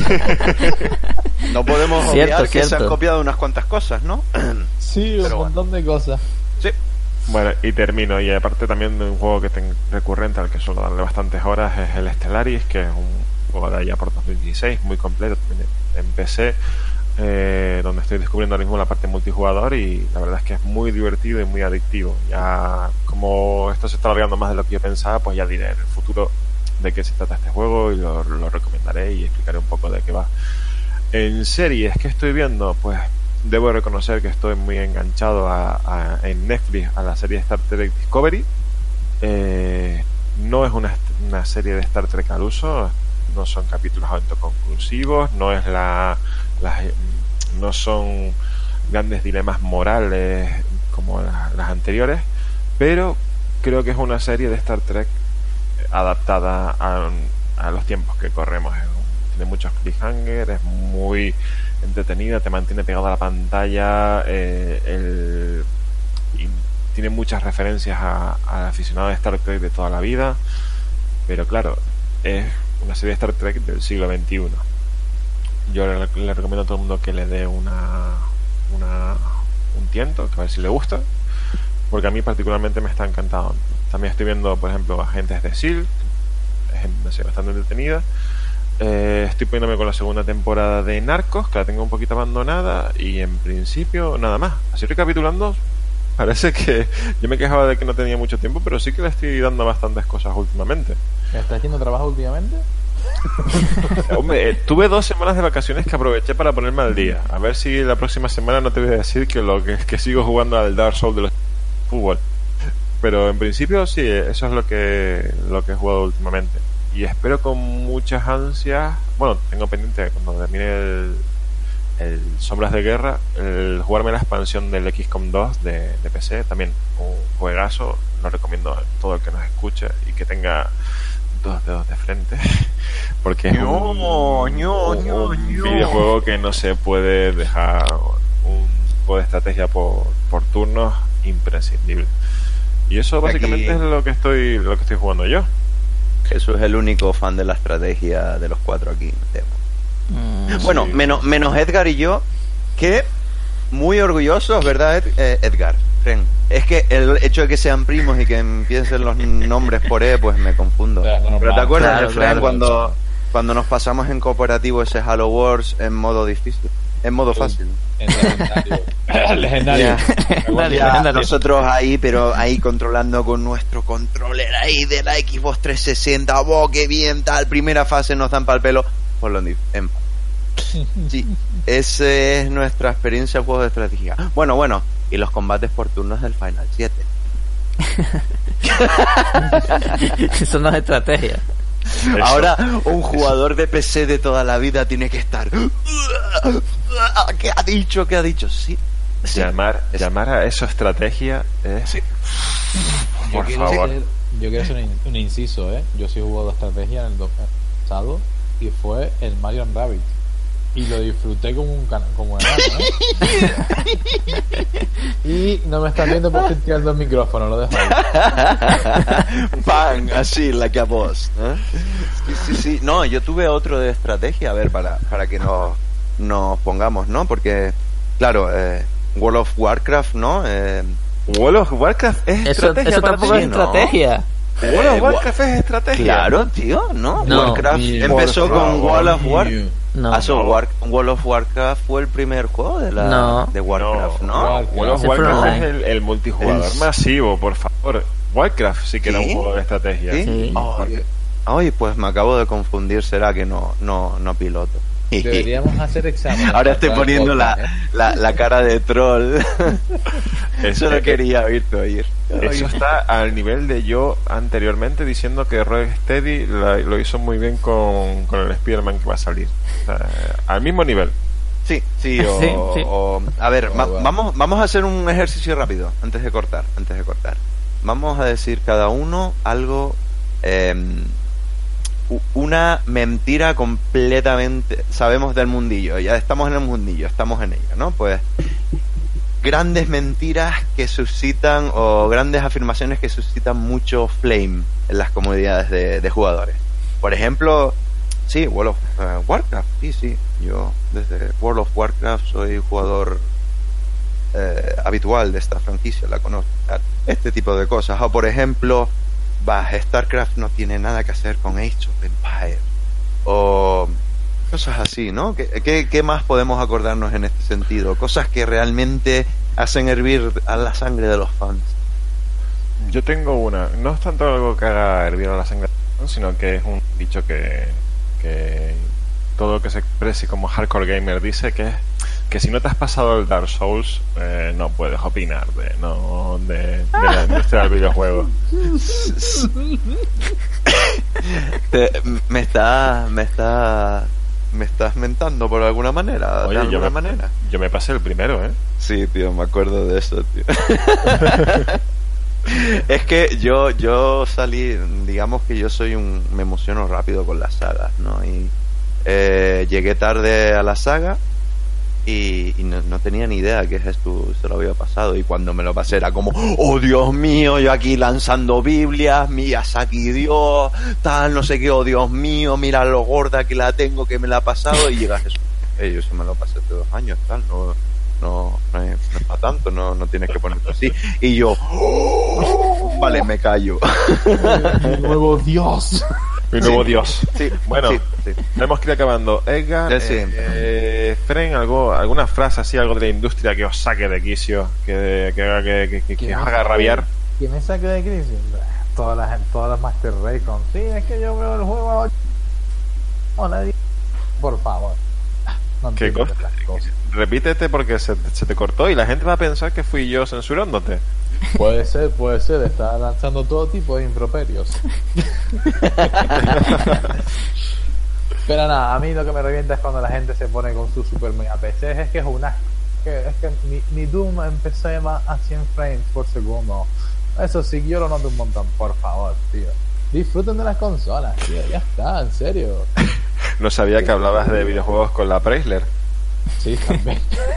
No podemos obviar que se han copiado unas cuantas cosas, ¿no? Sí, un montón de cosas. Sí. Bueno, y termino. Y aparte también de un juego que tengo recurrente, al que suelo darle bastantes horas, es el Stellaris, que es un juego de allá por 2016, muy completo, también en PC, donde estoy descubriendo ahora mismo la parte multijugador, y la verdad es que es muy divertido y muy adictivo. Ya, como esto se está alargando más de lo que yo pensaba, pues ya diré en el futuro de qué se trata este juego y lo recomendaré y explicaré un poco de qué va. En series que estoy viendo, pues debo reconocer que estoy muy enganchado en Netflix a la serie Star Trek Discovery. No es una serie de Star Trek al uso, no son capítulos autoconclusivos, no son grandes dilemas morales como las anteriores, pero creo que es una serie de Star Trek adaptada a los tiempos que corremos. Tiene muchos cliffhangers, es muy entretenida, te mantiene pegado a la pantalla, y tiene muchas referencias al aficionado de Star Trek de toda la vida, pero claro, es una serie de Star Trek del siglo XXI. Yo le recomiendo a todo el mundo que le dé un tiento, que a ver si le gusta, porque a mí particularmente me está encantado. También estoy viendo, por ejemplo, Agentes de S.H.I.E.L.D., es una serie bastante entretenida. Estoy poniéndome con la segunda temporada de Narcos, que la tengo un poquito abandonada, y en principio nada más. Así recapitulando, parece que yo me quejaba de que no tenía mucho tiempo, pero sí que le estoy dando bastantes cosas últimamente. ¿Estás haciendo trabajo últimamente? Hombre, tuve 2 semanas de vacaciones que aproveché para ponerme al día. A ver si la próxima semana no te voy a decir que sigo jugando al Dark Souls de los fútbol. Pero en principio sí, eso es lo que he jugado últimamente. Y espero con muchas ansias, bueno, tengo pendiente cuando termine el Sombras de Guerra, el jugarme la expansión del XCOM 2 de PC, también un juegazo, lo recomiendo a todo el que nos escuche y que tenga 2 dedos de frente, porque es un videojuego que no se puede dejar, un juego de estrategia por turnos imprescindible. Y eso básicamente es lo que estoy jugando yo. Jesús es el único fan de la estrategia de los 4 aquí. Bueno, menos Edgar y yo, que muy orgullosos, ¿verdad, Edgar? Fren. Es que el hecho de que sean primos y que empiecen los nombres por E, pues me confundo. Pero ¿te acuerdas, claro, Fren, claro. cuando nos pasamos en cooperativo ese Halo Wars en modo difícil? En modo fácil. Legendario. Ya, nosotros ahí, pero ahí controlando con nuestro controller ahí de la Xbox 360. ¡Oh, qué bien! Tal, primera fase nos dan para el pelo. Por lo en sí, esa es nuestra experiencia en juegos de estrategia. Bueno, y los combates por turnos del Final 7. Eso no es estrategia. Eso. Ahora un jugador de PC de toda la vida tiene que estar. ¿Qué ha dicho? Sí. Llamar a eso estrategia es... Sí. Por favor. Yo quiero hacer un inciso, Yo sí he jugado estrategia en el pasado y fue el Mario & Rabbids. Y lo disfruté como un enano, Y no me están viendo porque estoy tirando el micrófono, lo dejo ahí. ¡Pam! Así, like a boss, ¿eh? Sí. No, yo tuve otro de estrategia, a ver, para que nos pongamos, ¿no? Porque, claro, World of Warcraft, ¿no? World of Warcraft es estrategia. Eso tampoco es estrategia. World of Warcraft es estrategia. Claro, tío, ¿no? Warcraft empezó con World of Warcraft. World of Warcraft fue el primer juego de Warcraft, ¿no? World of Warcraft es el multijugador masivo, por favor. Warcraft sí que era un juego de estrategia. ¿Sí? Ay, pues me acabo de confundir, será que no piloto. Deberíamos hacer examen. Ahora estoy poniendo la cara de troll. Eso lo quería oír. Eso está al nivel de yo anteriormente diciendo que Rocksteady lo hizo muy bien con el Spider-Man que va a salir. O sea, al mismo nivel. Sí. A ver, vamos a hacer un ejercicio rápido antes de cortar. Vamos a decir cada uno algo, una mentira completamente. Sabemos del mundillo, ya estamos en el mundillo, estamos en ello, ¿no? Pues grandes mentiras que suscitan, o grandes afirmaciones que suscitan mucho flame en las comunidades de jugadores. Por ejemplo, sí, World of Warcraft, sí. Yo desde World of Warcraft soy jugador habitual de esta franquicia, la conozco. Este tipo de cosas. O por ejemplo, StarCraft no tiene nada que hacer con Age of Empires. O cosas así, ¿no? ¿Qué más podemos acordarnos en este sentido? Cosas que realmente hacen hervir a la sangre de los fans. Yo tengo una. No es tanto algo que haga hervir a la sangre de los fans, sino que es un dicho que todo lo que se exprese como hardcore gamer dice, que si no te has pasado el Dark Souls, no puedes opinar de la industria del videojuego. Me estás mentando por alguna manera. Oye, yo me pasé el primero, Sí, tío, me acuerdo de eso, tío. Es que yo salí, digamos que yo me emociono rápido con las sagas, ¿no? Y llegué tarde a la saga y no tenía ni idea que esto se lo había pasado, y cuando me lo pasé era como, oh Dios mío, yo aquí lanzando Biblias, Miyazaki Dios, tal, no sé qué, oh Dios mío, mira lo gorda que la tengo, que me la ha pasado, y llega Jesús, yo se me lo pasé hace 2 años, tal, no es para tanto, no tienes que ponerte así, y yo, vale, me callo. Mi nuevo Dios. Mi nuevo Dios. Sí, bueno, tenemos que ir acabando. Edgar, Fren, alguna frase así, algo de la industria que os saque de quicio, que os haga rabiar. ¿Quién me saque de quicio? Todas las Master Race con, sí, es que yo veo el juego. Hola, por favor. No ¿Qué cosa? Repítete porque se te cortó y la gente va a pensar que fui yo censurándote. Puede ser, está lanzando todo tipo de improperios. Pero nada, a mí lo que me revienta es cuando la gente se pone con su super mega PC. Es que es que mi Doom empecé a 100 frames por segundo. Eso sí, yo lo noto un montón, por favor, tío. Disfruten de las consolas, tío, ya está, en serio. No sabía que hablabas de videojuegos con la Preisler. Sí, también.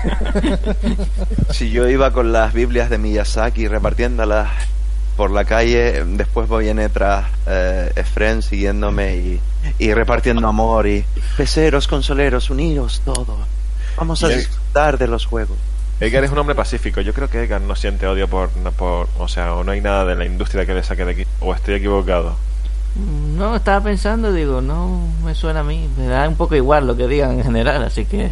Si yo iba con las Biblias de Miyazaki repartiéndolas por la calle, después viene tras Efren siguiéndome y repartiendo amor y peceros, consoleros, unidos todos. Vamos a disfrutar de los juegos. Edgar es un hombre pacífico. Yo creo que Edgar no siente odio o sea, o no hay nada de la industria que le saque de aquí. O estoy equivocado. No, estaba pensando, digo, no me suena a mí. Me da un poco igual lo que digan en general, así que...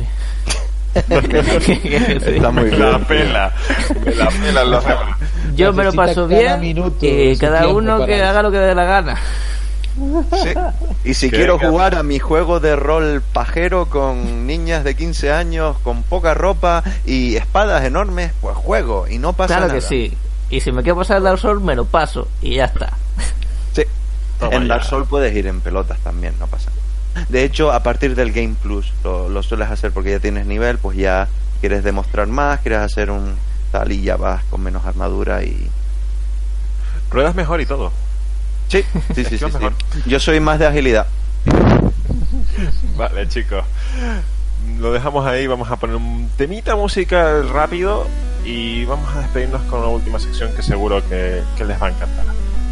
Está muy bien. La pela los demás. Yo me lo paso bien y cada uno que haga lo que dé la gana. Sí. Y si quiero jugar a mi juego de rol pajero con niñas de 15 años con poca ropa y espadas enormes, pues juego y no pasa nada. Claro que sí. Y si me quiero pasar el Dark Souls, me lo paso y ya está. Sí. En Dark Souls puedes ir en pelotas también, no pasa nada. De hecho, a partir del Game Plus lo sueles hacer porque ya tienes nivel, pues ya quieres demostrar más, quieres hacer un tal y ya vas con menos armadura y... Ruedas mejor y todo. Sí. Yo soy más de agilidad. Vale, chicos. Lo dejamos ahí, vamos a poner un temita musical rápido y vamos a despedirnos con una última sección que seguro que les va a encantar.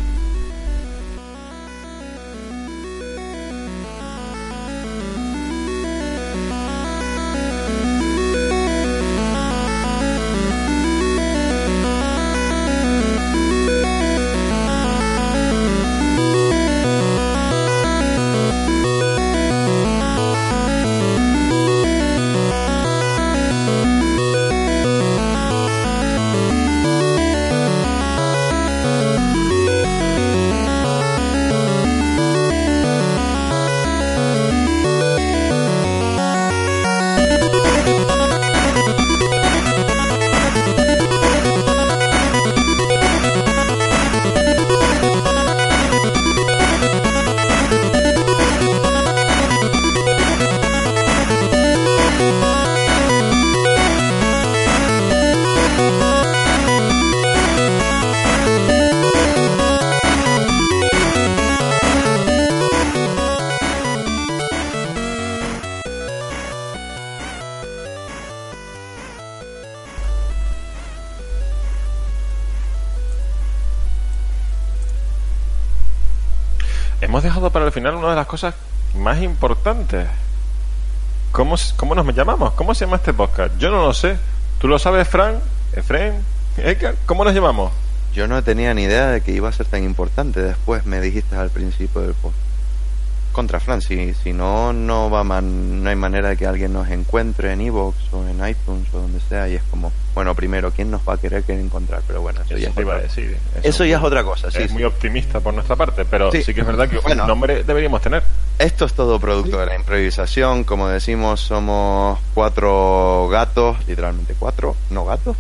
Hemos dejado para el final una de las cosas más importantes. ¿Cómo nos llamamos? ¿Cómo se llama este podcast? Yo no lo sé. ¿Tú lo sabes, Fran? ¿Efren? ¿Edgar? ¿Cómo nos llamamos? Yo no tenía ni idea de que iba a ser tan importante. Después me dijiste al principio del podcast. Contra Fran, si no, no hay manera de que alguien nos encuentre en iVoox o en iTunes o donde sea. Y es como, bueno, primero, ¿quién nos va a querer encontrar? Pero bueno, eso ya te iba a decir. Eso ya es otra cosa. Es muy optimista por nuestra parte, pero sí que es verdad que un nombre deberíamos tener. Esto es todo producto de la improvisación. Como decimos, somos 4 gatos, literalmente 4, no gatos,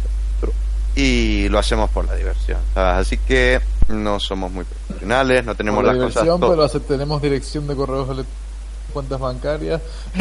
y lo hacemos por la diversión, ¿sabes? Así que no somos muy profesionales, no tenemos las cosas pero tenemos dirección de correos electrónicos, cuentas bancarias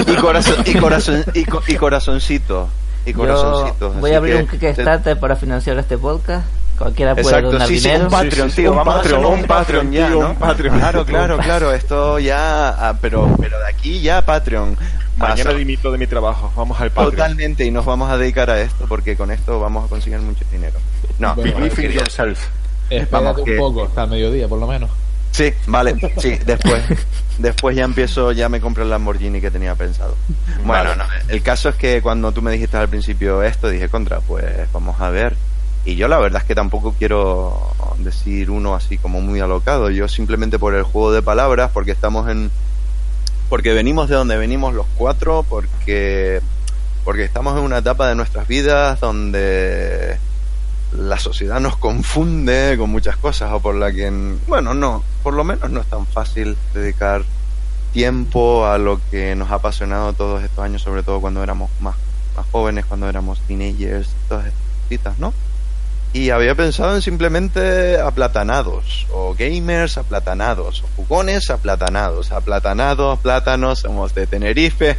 y corazoncitos. Voy a abrir un Kickstarter para financiar este podcast. Cualquiera puede donar dinero. Un Patreon, tío. Vamos a hacer un Patreon ya, ¿no? Claro. Esto ya... Pero de aquí ya Patreon. Mañana dimito de mi trabajo. Vamos al Patreon. Totalmente. Y nos vamos a dedicar a esto porque con esto vamos a conseguir mucho dinero. No. Be for yourself. Espérate un poco, hasta el mediodía, por lo menos. Sí, vale. Sí, después ya me compré el Lamborghini que tenía pensado. Bueno, vale. No. El caso es que cuando tú me dijiste al principio esto, dije, pues vamos a ver. Y yo la verdad es que tampoco quiero decir uno así como muy alocado. Yo simplemente por el juego de palabras, porque venimos de donde venimos los 4, porque estamos en una etapa de nuestras vidas donde la sociedad nos confunde con muchas cosas, o por la que, bueno, no, por lo menos no es tan fácil dedicar tiempo a lo que nos ha apasionado todos estos años, sobre todo cuando éramos más jóvenes, cuando éramos teenagers, todas estas cositas, ¿no? Y había pensado en simplemente aplatanados, o gamers aplatanados, o jugones aplatanados, plátanos, somos de Tenerife.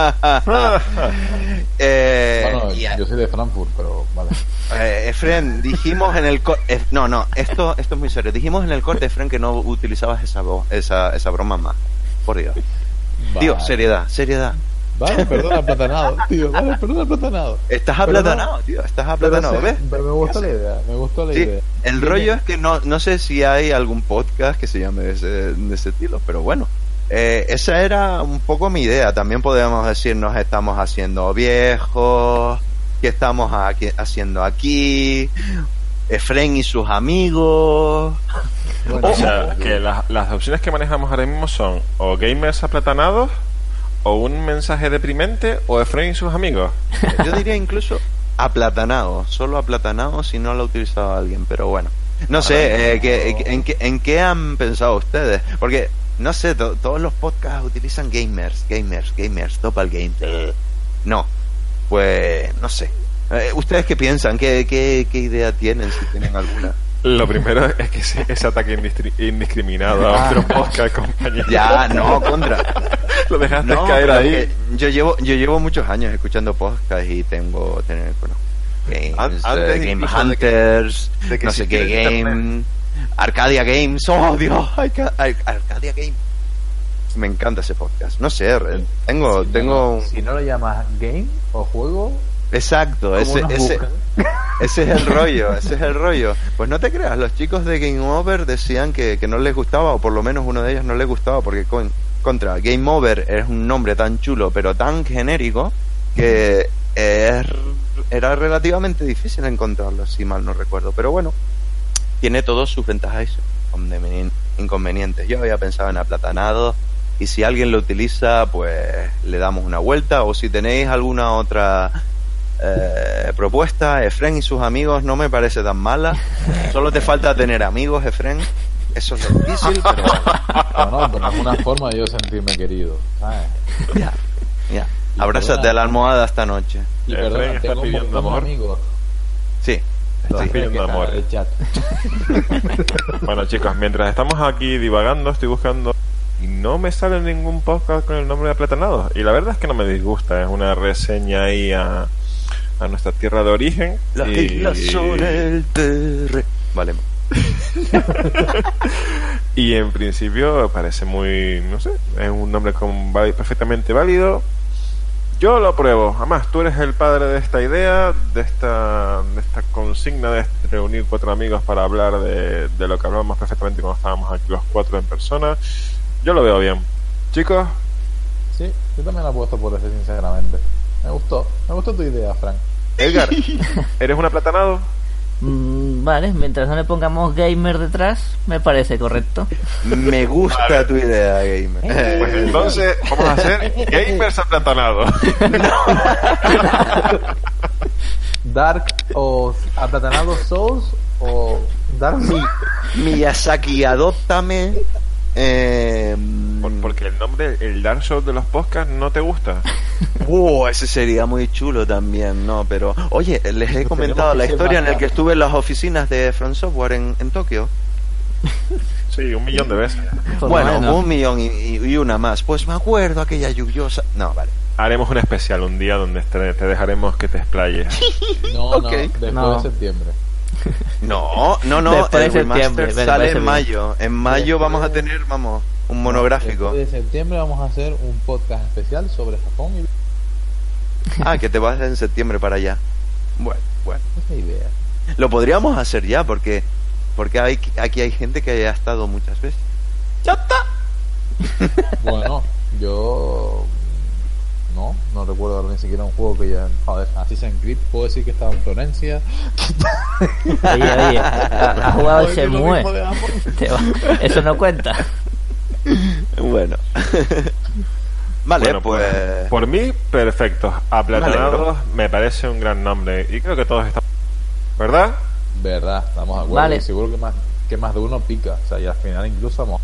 Bueno, yo soy de Frankfurt, pero vale. Efren, dijimos en el esto es muy serio. Dijimos en el corte, Efren, que no utilizabas esa broma más. Por Dios. Vale. Tío, seriedad. Vale, perdona, aplatanado, tío. Estás aplatanado, tío. ¿Ves? Pero me gustó la idea. El rollo es que no sé si hay algún podcast que se llame de ese estilo, pero bueno. Esa era un poco mi idea. También podemos decir nos estamos haciendo viejos, ¿Qué estamos haciendo aquí? Efren y sus amigos. O sea, que las opciones que manejamos ahora mismo son o gamers aplatanados, o un mensaje deprimente, o Efren y sus amigos. Yo diría incluso aplatanado, solo aplatanado si no lo ha utilizado alguien, pero bueno. No sé, ¿en qué han pensado ustedes? Porque, no sé, todos los podcasts utilizan gamers, doppelganger. No, pues, no sé. ¿Ustedes qué piensan? ¿Qué idea tienen, si tienen alguna? Lo primero es que ese ataque indiscriminado a otro podcast, compañero. Ya, no, contra. Lo dejaste caer ahí. Yo llevo muchos años escuchando podcast y tengo games, Game Hunters, no sé qué game, Arcadia Games. ¡Oh, Dios! Arcadia Games. Me encanta ese podcast. No sé, tengo... Si no lo llamas game o juego... Exacto, ese es el rollo. Pues no te creas, los chicos de Game Over decían que no les gustaba, o por lo menos uno de ellos no les gustaba, porque contra Game Over es un nombre tan chulo pero tan genérico que era relativamente difícil encontrarlo, si mal no recuerdo. Pero bueno, tiene todos sus ventajas y sus inconvenientes. Yo había pensado en aplatanado, y si alguien lo utiliza, pues le damos una vuelta. O si tenéis alguna otra propuesta, Efren y sus amigos no me parece tan mala. Solo te falta tener amigos, Efren. Eso es lo difícil, pero no, pero de alguna forma yo sentirme querido, ¿sabes? Ya. Abrázate a la almohada esta noche. Y perdona, tengo pidiendo amor. Amigos. Sí. Estás pidiendo amor. Bueno, chicos, mientras estamos aquí divagando, estoy buscando y no me sale ningún podcast con el nombre de Aplatanados. Y la verdad es que no me disgusta. Es una reseña ahí a nuestra tierra de origen. Las islas son el terre. Vale. Y en principio parece muy, no sé, es un nombre perfectamente válido. Yo lo apruebo. Además, tú eres el padre de esta idea, de esta consigna de reunir 4 amigos para hablar de lo que hablábamos perfectamente cuando estábamos aquí los 4 en persona. Yo lo veo bien. Chicos. Sí, yo también lo apuesto por ese, sinceramente. Me gustó tu idea, Frank. Edgar, ¿eres un aplatanado? Vale, mientras no le pongamos gamer detrás, me parece correcto. Me gusta tu idea, gamer. Pues entonces vamos a hacer gamers aplatanados. Dark o aplatanados Souls o Dark Miyazaki, adóptame. Porque el nombre, el Dark Souls de los podcasts, no te gusta. Ese sería muy chulo también, ¿no? Pero, oye, les he comentado la historia en la que estuve en las oficinas de From Software en Tokio. Sí, 1.000.000 de veces. Bueno, 1.000.000 y una más. Pues me acuerdo aquella lluviosa. No, vale. Haremos un especial un día donde te dejaremos que te explayes. Okay. Después de septiembre. No. El remaster sale en mayo. En mayo vamos a tener, un monográfico. Después de septiembre vamos a hacer un podcast especial sobre Japón. Que te vas en septiembre para allá. Bueno. Esa idea. Lo podríamos hacer ya, porque aquí hay gente que ha estado muchas veces. ¡Ya está! Bueno, yo... No recuerdo ahora ni siquiera un juego que ya... Joder, Assassin's Creed, puedo decir que estaba en Florencia. Oye, ha jugado Shenmue. Eso no cuenta. Bueno. Vale, pues... Por mí, perfecto. Aplatanados me parece un gran nombre. Y creo que todos estamos... ¿Verdad? Verdad, estamos de acuerdo. Vale. Y seguro que más de uno pica. O sea, y al final incluso vamos...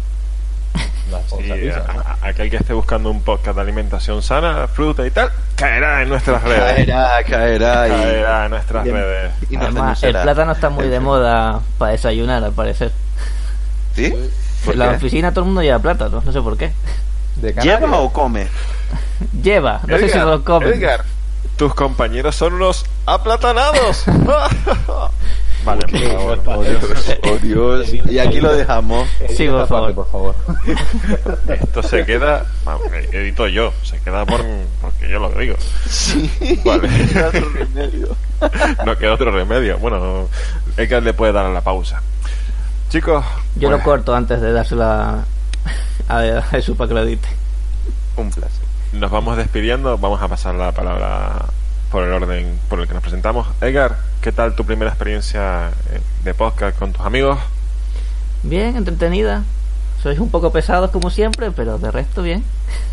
Aquel que esté buscando un podcast de alimentación sana, fruta y tal, caerá en nuestras redes. Caerá en nuestras redes. Y además, el plátano está muy de moda para desayunar, al parecer. ¿Sí? En la oficina todo el mundo lleva plátano, no sé por qué. ¿Lleva o come? Lleva, no sé si lo come. Edgar, tus compañeros son unos aplatanados. Vale, por Dios. Y aquí lo dejamos. Sí, por favor. Esto se queda, edito yo, se queda porque yo lo digo. Sí. Vale. No queda otro remedio. No queda otro remedio. Bueno, Edgar le puede dar a la pausa. Chicos, yo lo corto antes de dársela a Jesús para que lo edite. Un placer. Nos vamos despidiendo. Vamos a pasar la palabra por el orden por el que nos presentamos. Edgar, ¿qué tal tu primera experiencia de podcast con tus amigos? Bien, entretenida. Sois un poco pesados como siempre, pero de resto bien.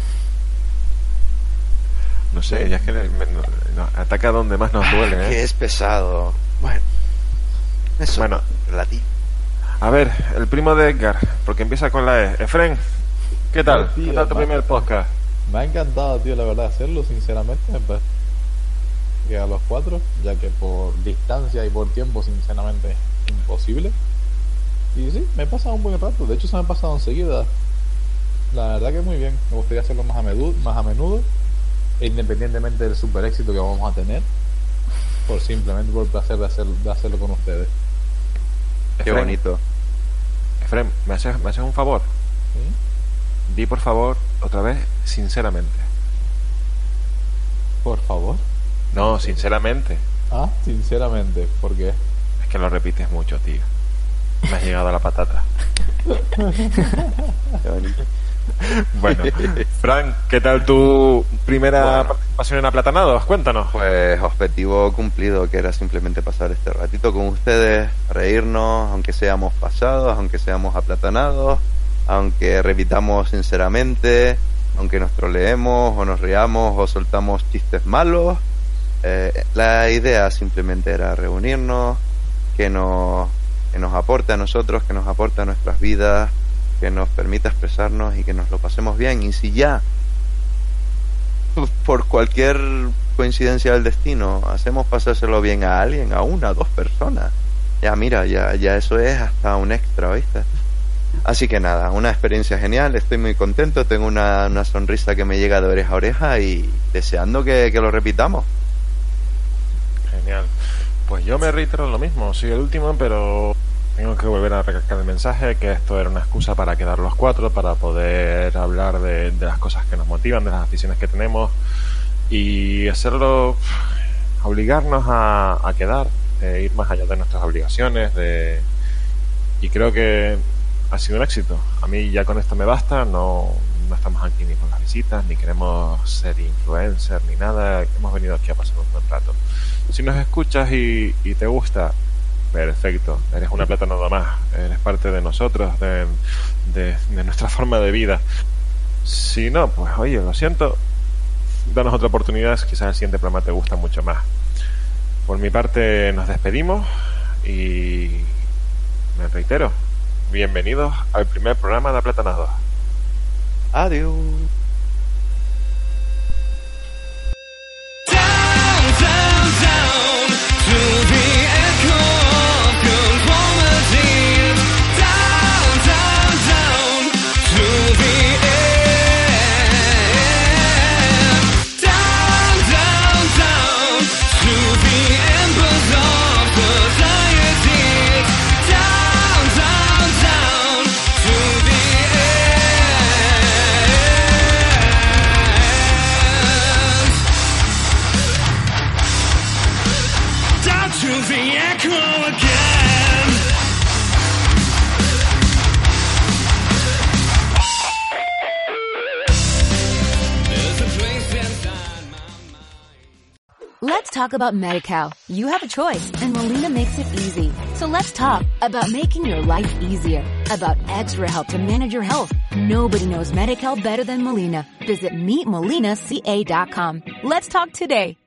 No sé, ya es que nos ataca donde más nos duele, ¿eh? Que es pesado. Bueno, eso bueno, relativo. A ver, el primo de Edgar, porque empieza con la E. Efren, ¿qué tal? Tío, ¿Qué tal tu primer podcast? Me ha encantado, tío, la verdad, hacerlo, sinceramente. Me parece que a los 4, ya que por distancia y por tiempo, sinceramente, imposible. Y sí, me he pasado un buen rato. De hecho, se me ha pasado enseguida. La verdad que muy bien. Me gustaría hacerlo más a menudo. E independientemente del super éxito que vamos a tener. Simplemente por el placer de hacerlo con ustedes. Qué bonito. Efren, ¿me haces un favor? ¿Sí? Di por favor, otra vez, sinceramente. ¿Por favor? No, sinceramente. Ah, sinceramente, ¿por qué? Es que lo repites mucho, tío. Me has llegado a la patata. Qué bonito. Bueno, Fran, ¿qué tal tu primera participación en Aplatanados? Cuéntanos. Pues objetivo cumplido, que era simplemente pasar este ratito con ustedes, reírnos, aunque seamos pasados, aunque seamos aplatanados, aunque repitamos sinceramente, aunque nos troleemos o nos riamos o soltamos chistes malos. La idea simplemente era reunirnos, que nos aporte a nosotros, que nos aporte a nuestras vidas, que nos permita expresarnos y que nos lo pasemos bien. Y si ya por cualquier coincidencia del destino hacemos pasárselo bien a alguien, a una, a dos personas, ya mira, ya eso es hasta un extra, ¿viste? Así que nada, una experiencia genial, estoy muy contento, tengo una sonrisa que me llega de oreja a oreja y deseando que lo repitamos. Genial. Pues yo me reitero lo mismo, soy el último, pero tengo que volver a recalcar el mensaje, que esto era una excusa para quedar los 4, para poder hablar de las cosas que nos motivan, de las aficiones que tenemos y hacerlo, obligarnos a quedar, ir más allá de nuestras obligaciones, y creo que ha sido un éxito. A mí ya con esto me basta, no estamos aquí ni con las visitas, ni queremos ser influencers, ni nada, hemos venido aquí a pasar un buen rato. Si nos escuchas y te gusta, perfecto, eres una platanada más, eres parte de nosotros, de nuestra forma de vida. Si no, pues oye, lo siento, danos otra oportunidad, quizás el siguiente programa te gusta mucho más. Por mi parte nos despedimos y me reitero, bienvenidos al primer programa de Aplatanados. Adiós. Let's talk about Medi-Cal. You have a choice, and Molina makes it easy. So let's talk about making your life easier, about extra help to manage your health. Nobody knows Medi-Cal better than Molina. Visit meetmolinaca.com. Let's talk today.